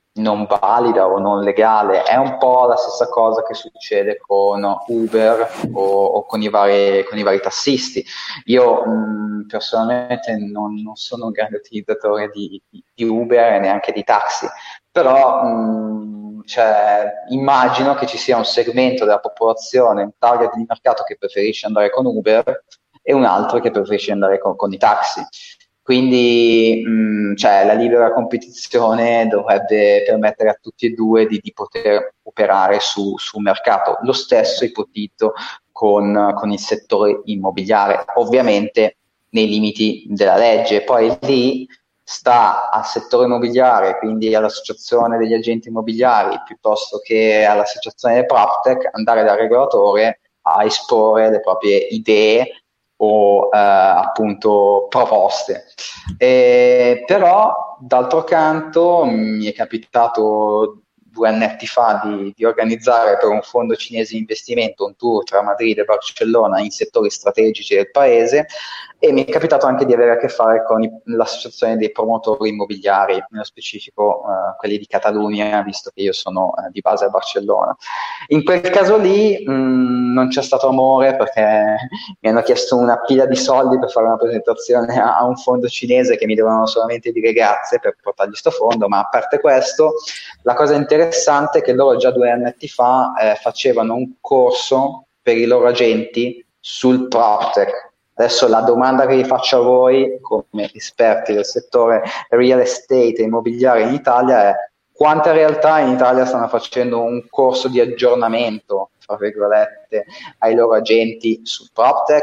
non valida o non legale. È un po' la stessa cosa che succede con Uber o, o con, i vari, con i vari tassisti. Io mh, personalmente non, non sono un grande utilizzatore di, di Uber e neanche di taxi, però mh, cioè, immagino che ci sia un segmento della popolazione, un target di mercato che preferisce andare con Uber e un altro che preferisce andare con, con i taxi. Quindi mh, cioè, la libera competizione dovrebbe permettere a tutti e due di, di poter operare su, sul mercato. Lo stesso ipotizzo con, con il settore immobiliare, ovviamente nei limiti della legge. Poi lì sta al settore immobiliare, quindi all'associazione degli agenti immobiliari, piuttosto che all'associazione del PropTech, andare dal regolatore a esporre le proprie idee o eh, appunto proposte. E, però d'altro canto mi è capitato due annetti fa di, di organizzare per un fondo cinese di investimento un tour tra Madrid e Barcellona in settori strategici del paese, e mi è capitato anche di avere a che fare con i, l'associazione dei promotori immobiliari, nello specifico eh, quelli di Catalunya, visto che io sono eh, di base a Barcellona. In quel caso lì mh, non c'è stato amore, perché mi hanno chiesto una pila di soldi per fare una presentazione a, a un fondo cinese che mi dovevano solamente dire grazie per portargli sto fondo, ma a parte questo, la cosa interessante è che loro già due annetti fa eh, facevano un corso per i loro agenti sul PropTech. Adesso la domanda che vi faccio a voi, come esperti del settore real estate e immobiliare in Italia, è: quante realtà in Italia stanno facendo un corso di aggiornamento, tra virgolette, ai loro agenti sul PropTech?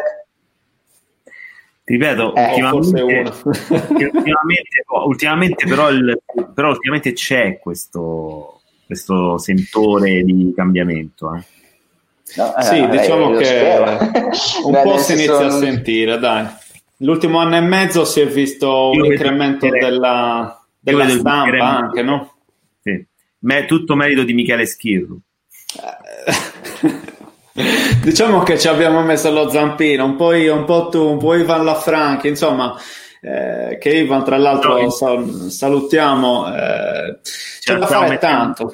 Ti ripeto, eh, ultimamente, ultimamente, ultimamente però, il, però ultimamente c'è questo, questo sentore di cambiamento, eh. No, eh, sì, diciamo che un Beh, po' si inizia sono... a sentire, dai. L'ultimo anno e mezzo si è visto un incremento della, della stampa anche, no? Sì, ma è tutto merito di Michele Schirru. Diciamo che ci abbiamo messo lo zampino, un po' io, un po' tu, un po' Ivan Lafranchi, insomma, eh, che Ivan tra l'altro no, sal- salutiamo, eh, c'è da fare tanto.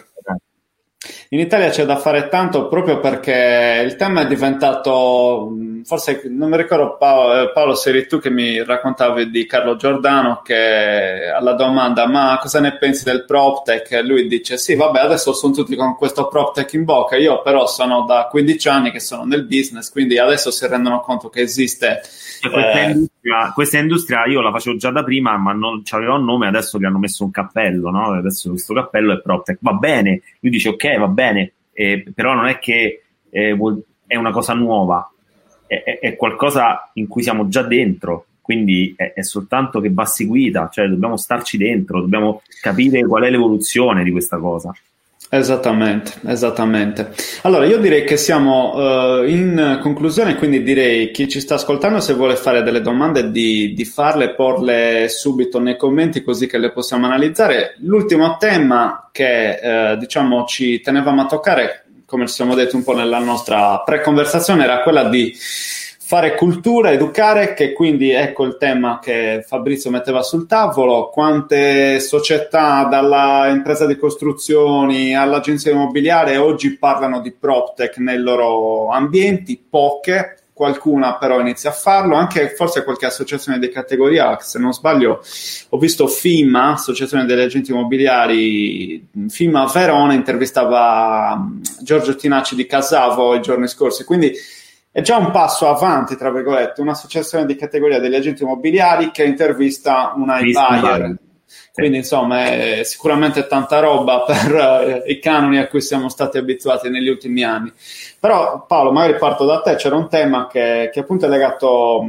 In Italia c'è da fare tanto, proprio perché il tema è diventato, forse non mi ricordo Paolo, Paolo se eri tu che mi raccontavi di Carlo Giordano, che alla domanda ma cosa ne pensi del PropTech, lui dice sì vabbè adesso sono tutti con questo PropTech in bocca, io però sono da quindici anni che sono nel business, quindi adesso si rendono conto che esiste eh, questa, industria, questa industria io la facevo già da prima, ma non c'aveva un nome, adesso gli hanno messo un cappello, no? Adesso questo cappello è PropTech, va bene, lui dice ok va bene, eh, però non è che eh, vuol, è una cosa nuova, è, è, è qualcosa in cui siamo già dentro, quindi è, è soltanto che va seguita, cioè dobbiamo starci dentro, dobbiamo capire qual è l'evoluzione di questa cosa. Esattamente, esattamente. Allora io direi che siamo uh, in conclusione, quindi direi chi ci sta ascoltando, se vuole fare delle domande, di, di farle, porle subito nei commenti così che le possiamo analizzare. L'ultimo tema che uh, diciamo ci tenevamo a toccare, come ci siamo detti un po' nella nostra pre-conversazione, era quella di fare cultura, educare, che quindi ecco il tema che Fabrizio metteva sul tavolo. Quante società, dalla impresa di costruzioni all'agenzia immobiliare, oggi parlano di PropTech nei loro ambienti? Poche, qualcuna però inizia a farlo, anche forse qualche associazione di categoria, se non sbaglio ho visto FIMA, Associazione degli Agenti Immobiliari, FIMA Verona intervistava Giorgio Tinacci di Casavo i giorni scorsi, quindi è già un passo avanti, tra virgolette, un'associazione di categoria degli agenti immobiliari che intervista una buyer. Quindi insomma è sicuramente tanta roba per uh, i canoni a cui siamo stati abituati negli ultimi anni. Però Paolo, magari parto da te, c'era un tema che, che appunto è legato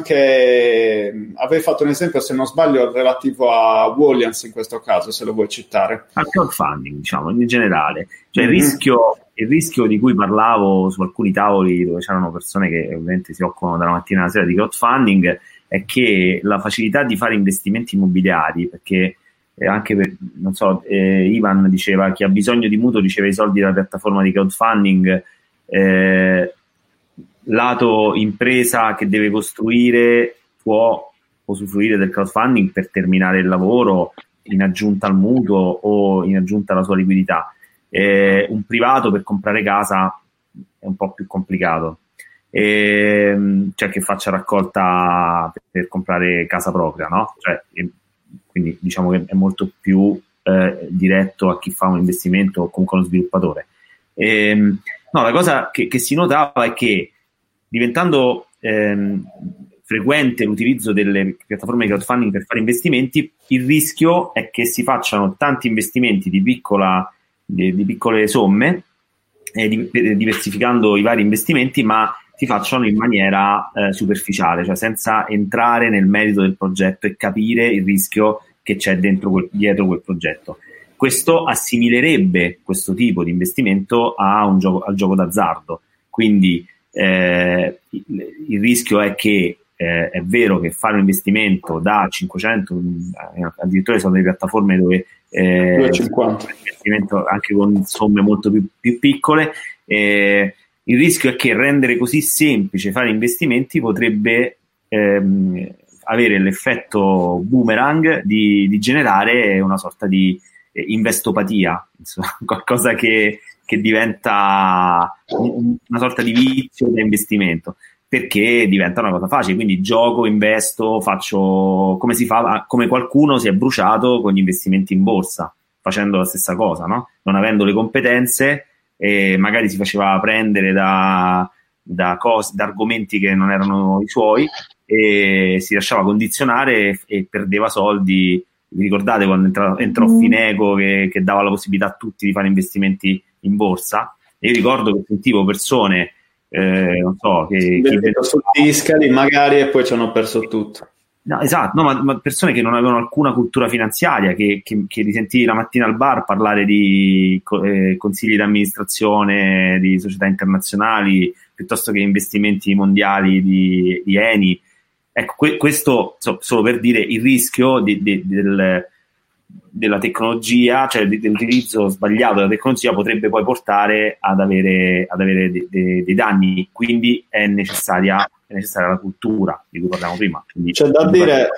anche, avevi fatto un esempio se non sbaglio relativo a Williams in questo caso, se lo vuoi citare. Al crowdfunding, diciamo, in generale, cioè mm-hmm. il rischio il rischio di cui parlavo su alcuni tavoli dove c'erano persone che ovviamente si occupano dalla mattina alla sera di crowdfunding è che la facilità di fare investimenti immobiliari, perché eh, anche per, non so, eh, Ivan diceva chi ha bisogno di mutuo riceve i soldi dalla piattaforma di crowdfunding, eh, lato impresa che deve costruire può usufruire del crowdfunding per terminare il lavoro in aggiunta al mutuo o in aggiunta alla sua liquidità. Eh, un privato per comprare casa è un po' più complicato, eh, cioè che faccia raccolta per, per comprare casa propria, no? Cioè, eh, quindi diciamo che è molto più eh, diretto a chi fa un investimento o comunque uno sviluppatore. Eh, no, la cosa che, che si notava è che diventando ehm, frequente l'utilizzo delle piattaforme di crowdfunding per fare investimenti, il rischio è che si facciano tanti investimenti di, piccola, di, di piccole somme, eh, di, diversificando i vari investimenti, ma si facciano in maniera eh, superficiale, cioè senza entrare nel merito del progetto e capire il rischio che c'è dentro quel, dietro quel progetto. Questo assimilerebbe questo tipo di investimento a un gioco, al gioco d'azzardo, quindi Eh, il, il rischio è che eh, è vero che fare un investimento da cinquecento, addirittura sono delle piattaforme dove eh, duecentocinquanta investimento anche con somme molto più, più piccole, eh, il rischio è che rendere così semplice fare investimenti potrebbe ehm, avere l'effetto boomerang di, di generare una sorta di eh, investopatia, insomma, qualcosa che che diventa una sorta di vizio da investimento, perché diventa una cosa facile, quindi gioco, investo, faccio come si fa, come qualcuno si è bruciato con gli investimenti in borsa, facendo la stessa cosa, no? Non avendo le competenze, e magari si faceva prendere da, da, cose, da argomenti che non erano i suoi, e si lasciava condizionare e, e perdeva soldi. Vi ricordate quando entrò, entrò mm. Fineco che, che dava la possibilità a tutti di fare investimenti in borsa? E io ricordo che sentivo persone eh, non so che, che su Tiscali magari e poi ci hanno perso tutto. No, esatto, no, ma, ma persone che non avevano alcuna cultura finanziaria, che, che, che li sentivi la mattina al bar parlare di eh, consigli di amministrazione di società internazionali piuttosto che investimenti mondiali di, di Eni. Ecco, que- questo so, solo per dire il rischio di, di, del, della tecnologia, cioè di, dell'utilizzo sbagliato della tecnologia potrebbe poi portare ad avere, ad avere de, de, dei danni, quindi è necessaria, è necessaria la cultura di cui parlavamo prima. Quindi, c'è da dire,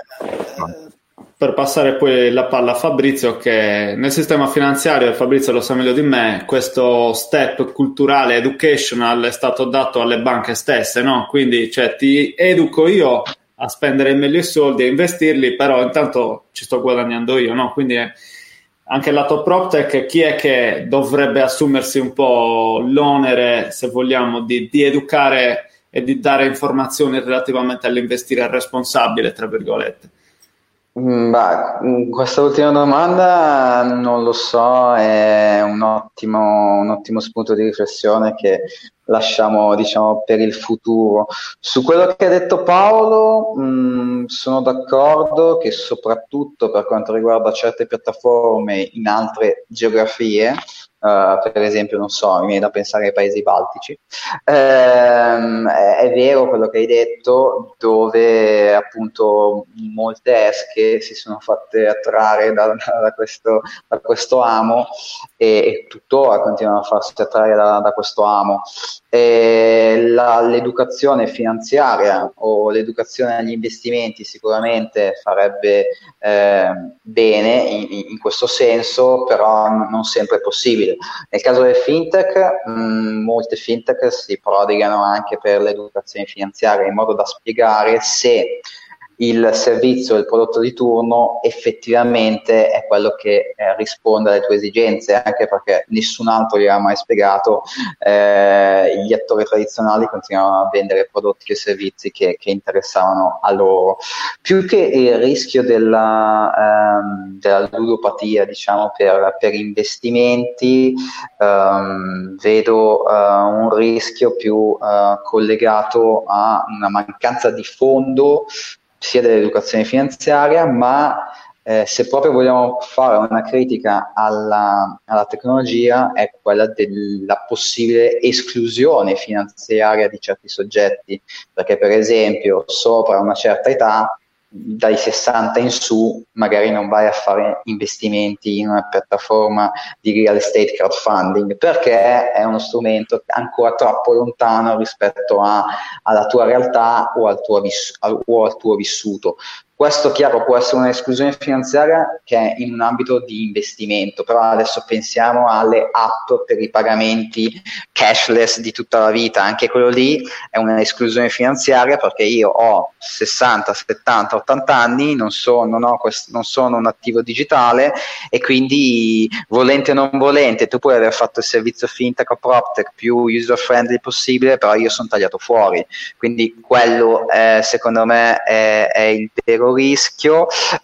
per passare poi la palla a Fabrizio, che nel sistema finanziario, Fabrizio lo sa meglio di me, questo step culturale, educational è stato dato alle banche stesse, no? Quindi cioè, ti educo io a spendere meglio i soldi, a investirli, però intanto ci sto guadagnando io, no? Quindi anche lato PropTech, chi è che dovrebbe assumersi un po' l'onere, se vogliamo, di, di educare e di dare informazioni relativamente all'investire responsabile, tra virgolette? Bah, questa ultima domanda non lo so, è un ottimo, un ottimo spunto di riflessione che lasciamo, diciamo, per il futuro. Su quello che ha detto Paolo, mh, sono d'accordo che soprattutto per quanto riguarda certe piattaforme in altre geografie, Uh, per esempio, non so, mi viene da pensare ai paesi baltici, ehm, è, è vero quello che hai detto, dove appunto molte esche si sono fatte attrarre da, da, questo, da questo amo e, e tuttora continuano a farsi attrarre da, da questo amo. E la, l'educazione finanziaria o l'educazione agli investimenti sicuramente farebbe eh, bene in, in questo senso, però non sempre è possibile. Nel caso del fintech, mh, molte fintech si prodigano anche per l'educazione finanziaria in modo da spiegare se il servizio, il prodotto di turno effettivamente è quello che eh, risponde alle tue esigenze, anche perché nessun altro gli ha mai spiegato, eh, gli attori tradizionali continuavano a vendere prodotti e servizi che, che interessavano a loro. Più che il rischio della, ehm, della ludopatia, diciamo, per, per investimenti, ehm, vedo eh, un rischio più eh, collegato a una mancanza di fondo sia dell'educazione finanziaria, ma eh, se proprio vogliamo fare una critica alla, alla tecnologia è quella della possibile esclusione finanziaria di certi soggetti, perché per esempio sopra una certa età, dai sessanta in su, magari non vai a fare investimenti in una piattaforma di real estate crowdfunding, perché è uno strumento ancora troppo lontano rispetto a, alla tua realtà o al tuo, vis- o al tuo vissuto. Questo, chiaro, può essere un'esclusione finanziaria che è in un ambito di investimento, però adesso pensiamo alle app per i pagamenti cashless di tutta la vita, anche quello lì è un'esclusione finanziaria, perché io ho sessanta, settanta, ottanta anni, non sono, non ho quest- non sono un attivo digitale, e quindi volente o non volente tu puoi aver fatto il servizio fintech o proptech più user friendly possibile, però io sono tagliato fuori. Quindi quello è, secondo me è, è il vero rischio.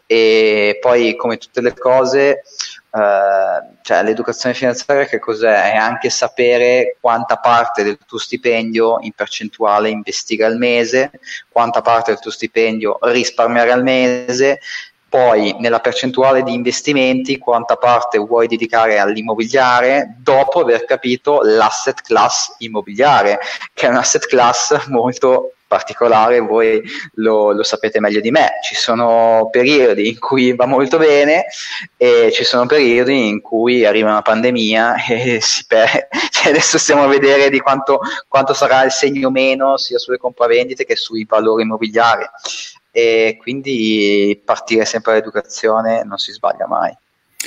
E poi, come tutte le cose, eh, cioè l'educazione finanziaria che cos'è? È anche sapere quanta parte del tuo stipendio in percentuale investire al mese, quanta parte del tuo stipendio risparmiare al mese, poi nella percentuale di investimenti quanta parte vuoi dedicare all'immobiliare, dopo aver capito l'asset class immobiliare, che è un asset class molto particolare, voi lo, lo sapete meglio di me. Ci sono periodi in cui va molto bene e ci sono periodi in cui arriva una pandemia e si per... cioè adesso stiamo a vedere di quanto, quanto sarà il segno meno sia sulle compravendite che sui valori immobiliari, e quindi partire sempre dall'educazione non si sbaglia mai.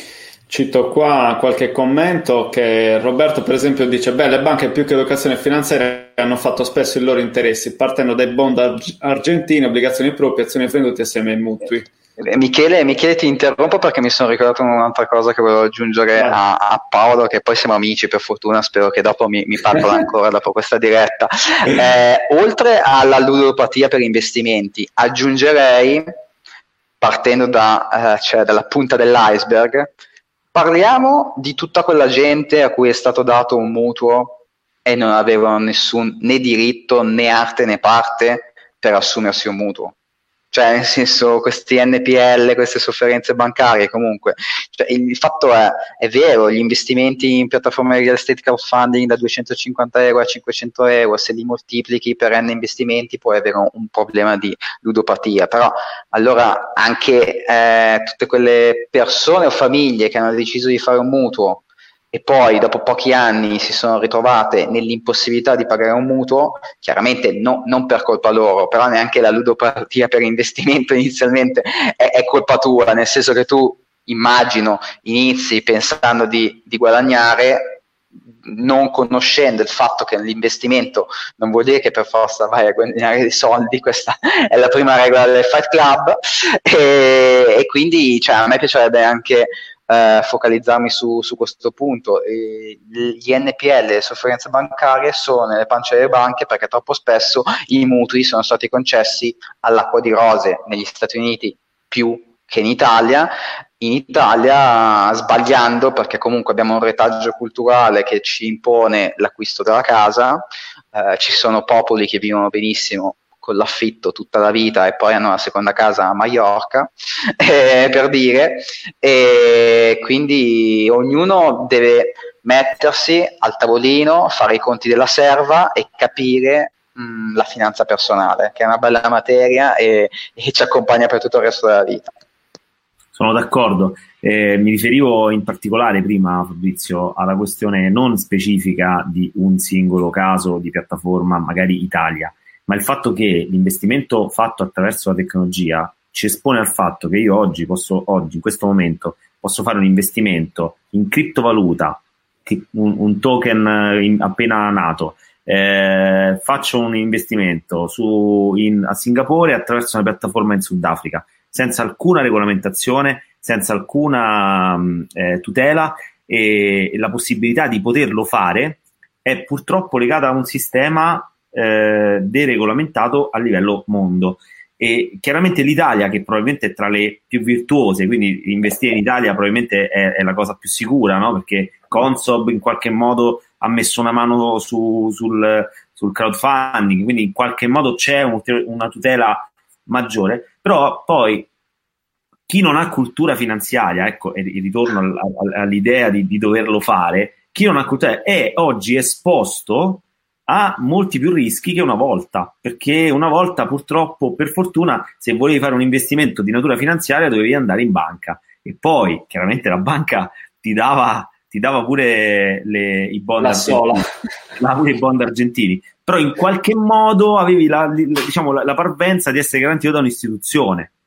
Cito qua qualche commento che Roberto per esempio dice: beh, le banche più che educazione finanziaria hanno fatto spesso i loro interessi partendo dai bond arg- argentini, obbligazioni proprie, azioni vendute assieme ai mutui. Michele, Michele ti interrompo perché mi sono ricordato un'altra cosa che volevo aggiungere a, a Paolo, che poi siamo amici per fortuna, spero che dopo mi, mi parla ancora dopo questa diretta. Eh, oltre alla ludopatia per investimenti, aggiungerei, partendo da, eh, cioè dalla punta dell'iceberg, parliamo di tutta quella gente a cui è stato dato un mutuo e non avevano nessun né diritto né arte né parte per assumersi un mutuo. Cioè, nel senso, questi N P L, queste sofferenze bancarie, comunque, cioè, il fatto è, è vero, gli investimenti in piattaforme di real estate crowdfunding da duecentocinquanta euro a cinquecento euro, se li moltiplichi per n investimenti puoi avere un, un problema di ludopatia. Però allora anche eh, tutte quelle persone o famiglie che hanno deciso di fare un mutuo e poi dopo pochi anni si sono ritrovate nell'impossibilità di pagare un mutuo, chiaramente no, non per colpa loro, però neanche la ludopatia per investimento inizialmente è, è colpa tua, nel senso che tu, immagino, inizi pensando di, di guadagnare, non conoscendo il fatto che l'investimento non vuol dire che per forza vai a guadagnare dei soldi. Questa è la prima regola del Fight Club, e, e quindi cioè, a me piacerebbe anche Uh, focalizzarmi su, su questo punto. E gli N P L, le sofferenze bancarie, sono nelle pance delle banche perché troppo spesso i mutui sono stati concessi all'acqua di rose negli Stati Uniti più che in Italia. In Italia sbagliando, perché comunque abbiamo un retaggio culturale che ci impone l'acquisto della casa, uh, ci sono popoli che vivono benissimo con l'affitto tutta la vita e poi hanno la seconda casa a Maiorca, eh, per dire, e quindi ognuno deve mettersi al tavolino, fare i conti della serva e capire mh, la finanza personale, che è una bella materia e, e ci accompagna per tutto il resto della vita. Sono d'accordo. Eh, mi riferivo in particolare prima, Fabrizio, alla questione non specifica di un singolo caso di piattaforma, magari Italia, ma il fatto che l'investimento fatto attraverso la tecnologia ci espone al fatto che io oggi posso, oggi in questo momento, posso fare un investimento in criptovaluta, un, un token in, appena nato, eh, faccio un investimento su, in, a Singapore attraverso una piattaforma in Sudafrica, senza alcuna regolamentazione, senza alcuna eh, tutela, e, e la possibilità di poterlo fare è purtroppo legata a un sistema Eh, deregolamentato a livello mondo, e chiaramente l'Italia, che probabilmente è tra le più virtuose, quindi investire in Italia probabilmente è, è la cosa più sicura, no? Perché Consob in qualche modo ha messo una mano su, sul, sul crowdfunding, quindi in qualche modo c'è un, una tutela maggiore. Però poi chi non ha cultura finanziaria, ecco, e ritorno all, all, all'idea di, di doverlo fare, chi non ha cultura è oggi esposto ha molti più rischi che una volta, perché una volta purtroppo, per fortuna, se volevi fare un investimento di natura finanziaria dovevi andare in banca, e poi chiaramente la banca ti dava, ti dava pure le, i bond la argentini, la pure i bond argentini, però in qualche modo avevi la, diciamo, la, la parvenza di essere garantito da un'istituzione.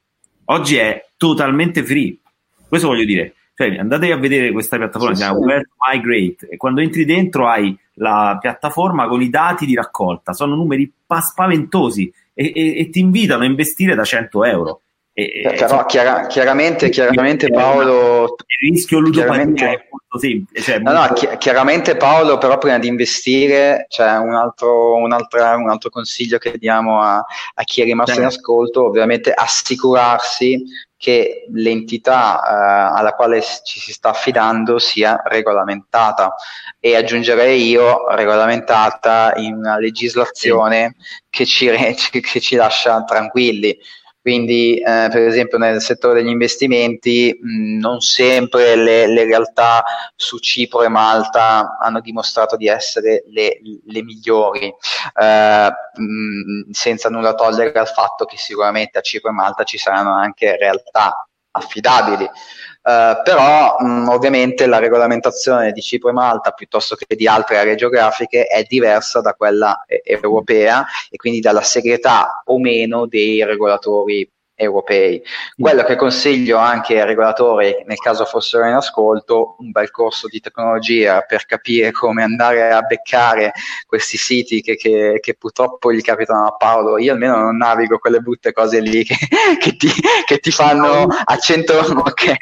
oggi è totalmente free. Questo voglio dire, cioè andatevi a vedere questa piattaforma, si chiama Wealth Migrate, e quando entri dentro hai la piattaforma con i dati di raccolta, sono numeri spaventosi e, e, e ti invitano a investire da cento euro. E, però chiara, chiaramente, chiaramente Paolo, il rischio ludopatia è molto semplice, cioè no, molto... no, chi, chiaramente Paolo, però prima di investire c'è un altro, un altro, un altro consiglio che diamo a, a chi è rimasto in ascolto, ovviamente assicurarsi che l'entità eh, alla quale ci si sta affidando sia regolamentata, e aggiungerei io regolamentata in una legislazione che ci, che ci lascia tranquilli. Quindi eh, per esempio nel settore degli investimenti mh, non sempre le, le realtà su Cipro e Malta hanno dimostrato di essere le, le migliori, eh, mh, senza nulla togliere al fatto che sicuramente a Cipro e Malta ci saranno anche realtà affidabili. Uh, però mh, ovviamente la regolamentazione di Cipro e Malta piuttosto che di altre aree geografiche è diversa da quella eh, europea, e quindi dalla serietà o meno dei regolatori europei. Quello che consiglio anche ai regolatori, nel caso fossero in ascolto, un bel corso di tecnologia per capire come andare a beccare questi siti che, che, che purtroppo gli capitano a Paolo. Io almeno non navigo quelle brutte cose lì che, che, ti, che ti fanno a cento... Okay.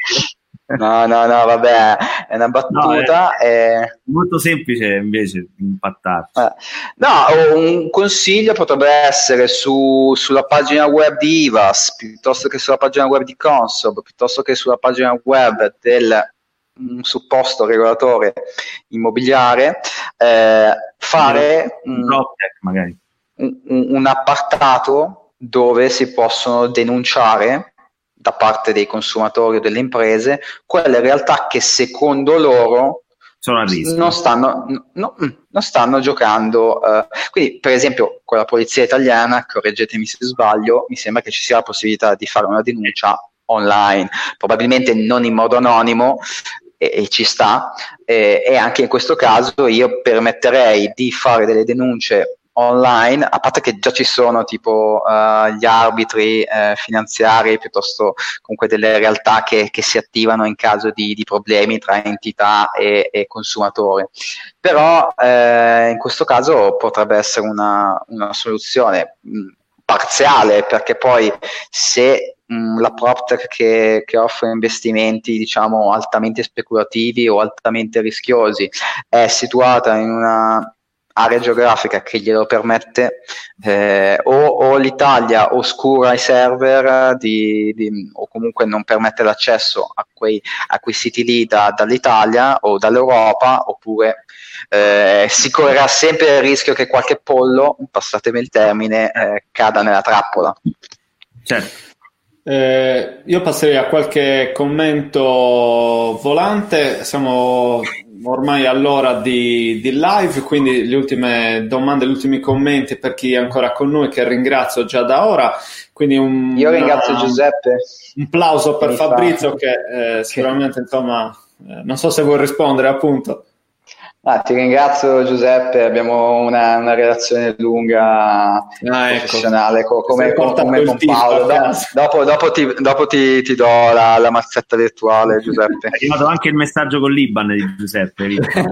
No, no, no, vabbè, è una battuta. No, è è... molto semplice invece impattarci. Eh. No, un consiglio potrebbe essere su, sulla pagina web di I V A S, piuttosto che sulla pagina web di Consob, piuttosto che sulla pagina web del un supposto regolatore immobiliare, eh, fare un, magari. un, un appartato dove si possono denunciare da parte dei consumatori o delle imprese quelle realtà che secondo loro sono a rischio. non stanno, no, non stanno giocando. Uh, quindi per esempio con la polizia italiana, correggetemi se sbaglio, mi sembra che ci sia la possibilità di fare una denuncia online, probabilmente non in modo anonimo, e, e ci sta, e, e anche in questo caso io permetterei di fare delle denunce online, a parte che già ci sono tipo uh, gli arbitri uh, finanziari, piuttosto comunque delle realtà che, che si attivano in caso di, di problemi tra entità e, e consumatori, però eh, in questo caso potrebbe essere una, una soluzione mh, parziale, perché poi se mh, la PropTech che, che offre investimenti diciamo altamente speculativi o altamente rischiosi è situata in una area geografica che glielo permette, eh, o, o l'Italia oscura i server di, di, o comunque non permette l'accesso a quei, a quei siti lì da, dall'Italia o dall'Europa, oppure eh, si correrà sempre il rischio che qualche pollo, passatemi il termine, eh, cada nella trappola. Certo. Eh, io passerei a qualche commento volante. Siamo ormai all'ora di, di live, quindi le ultime domande, gli ultimi commenti per chi è ancora con noi, che ringrazio già da ora. Quindi un, io ringrazio una, Giuseppe. Un plauso per Fabrizio che eh, sicuramente insomma eh, non so se vuoi rispondere appunto. Ah, ti ringrazio Giuseppe, abbiamo una, una relazione lunga, ah, professionale, ecco. come, come, come con Paolo. Do, dopo dopo, ti, dopo ti, ti do la, la mazzetta virtuale, Giuseppe. È arrivato anche il messaggio con l'I B A N di Giuseppe.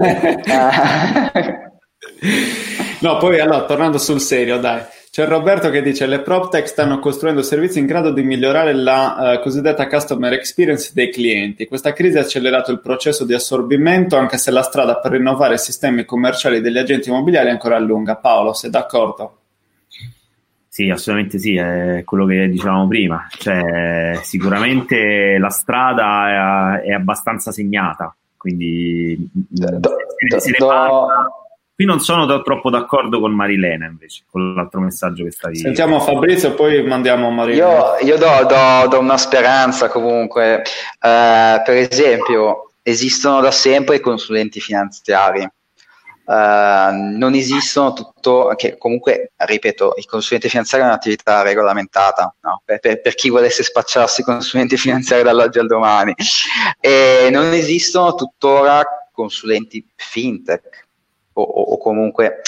No, poi allora, tornando sul serio, dai. C'è Roberto che dice: le PropTech stanno costruendo servizi in grado di migliorare la uh, cosiddetta customer experience dei clienti. Questa crisi ha accelerato il processo di assorbimento, anche se la strada per rinnovare i sistemi commerciali degli agenti immobiliari è ancora lunga. Paolo, sei d'accordo? Sì, assolutamente sì, è quello che dicevamo prima. Cioè, sicuramente la strada è, è abbastanza segnata, quindi do, do, se ne do, parla. Qui non sono da, troppo d'accordo con Marilena, invece, con l'altro messaggio che stavi... Sentiamo Fabrizio e poi mandiamo Marilena. Io, io do, do, do una speranza comunque. Uh, per esempio, esistono da sempre i consulenti finanziari. Uh, non esistono tutto... che comunque, ripeto, il consulente finanziario è un'attività regolamentata, no? per, per, per chi volesse spacciarsi consulenti finanziari dall'oggi al domani. E non esistono tuttora consulenti fintech. O, o comunque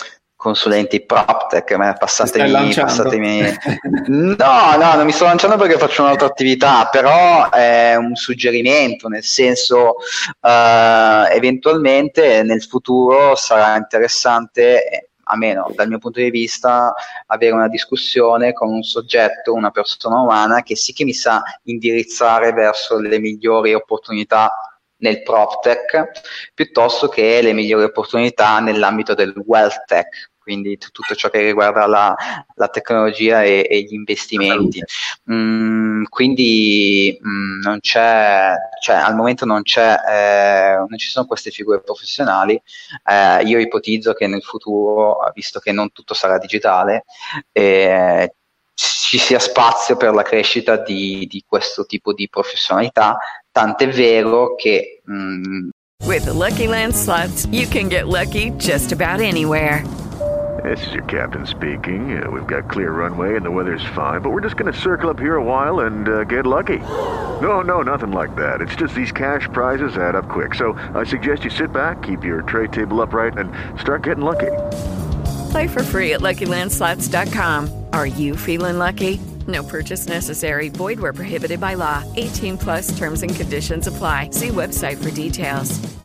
consulenti PropTech, passatemi, passatemi. No, no, non mi sto lanciando perché faccio un'altra attività, però è un suggerimento, nel senso uh, eventualmente nel futuro sarà interessante, almeno dal mio punto di vista, avere una discussione con un soggetto, una persona umana che sì che mi sa indirizzare verso le migliori opportunità nel PropTech, piuttosto che le migliori opportunità nell'ambito del wealth tech, quindi t- tutto ciò che riguarda la, la tecnologia e, e gli investimenti. Mm, quindi mm, non c'è, cioè al momento non c'è, eh, non ci sono queste figure professionali. Eh, io ipotizzo che nel futuro, visto che non tutto sarà digitale, eh, ci sia spazio per la crescita di, di questo tipo di professionalità, tant'è vero che mm, With the Lucky Land Slots, you can get lucky just about anywhere. This is your captain speaking. Uh, we've got clear runway and the weather's fine, but we're just going to circle up here a while and uh, get lucky. No, no, nothing like that. It's just these cash prizes add up quick. So I suggest you sit back, keep your tray table upright, and start getting lucky. Play for free at Lucky Land Slots dot com. Are you feeling lucky? No purchase necessary. Void where prohibited by law. eighteen plus terms and conditions apply. See website for details.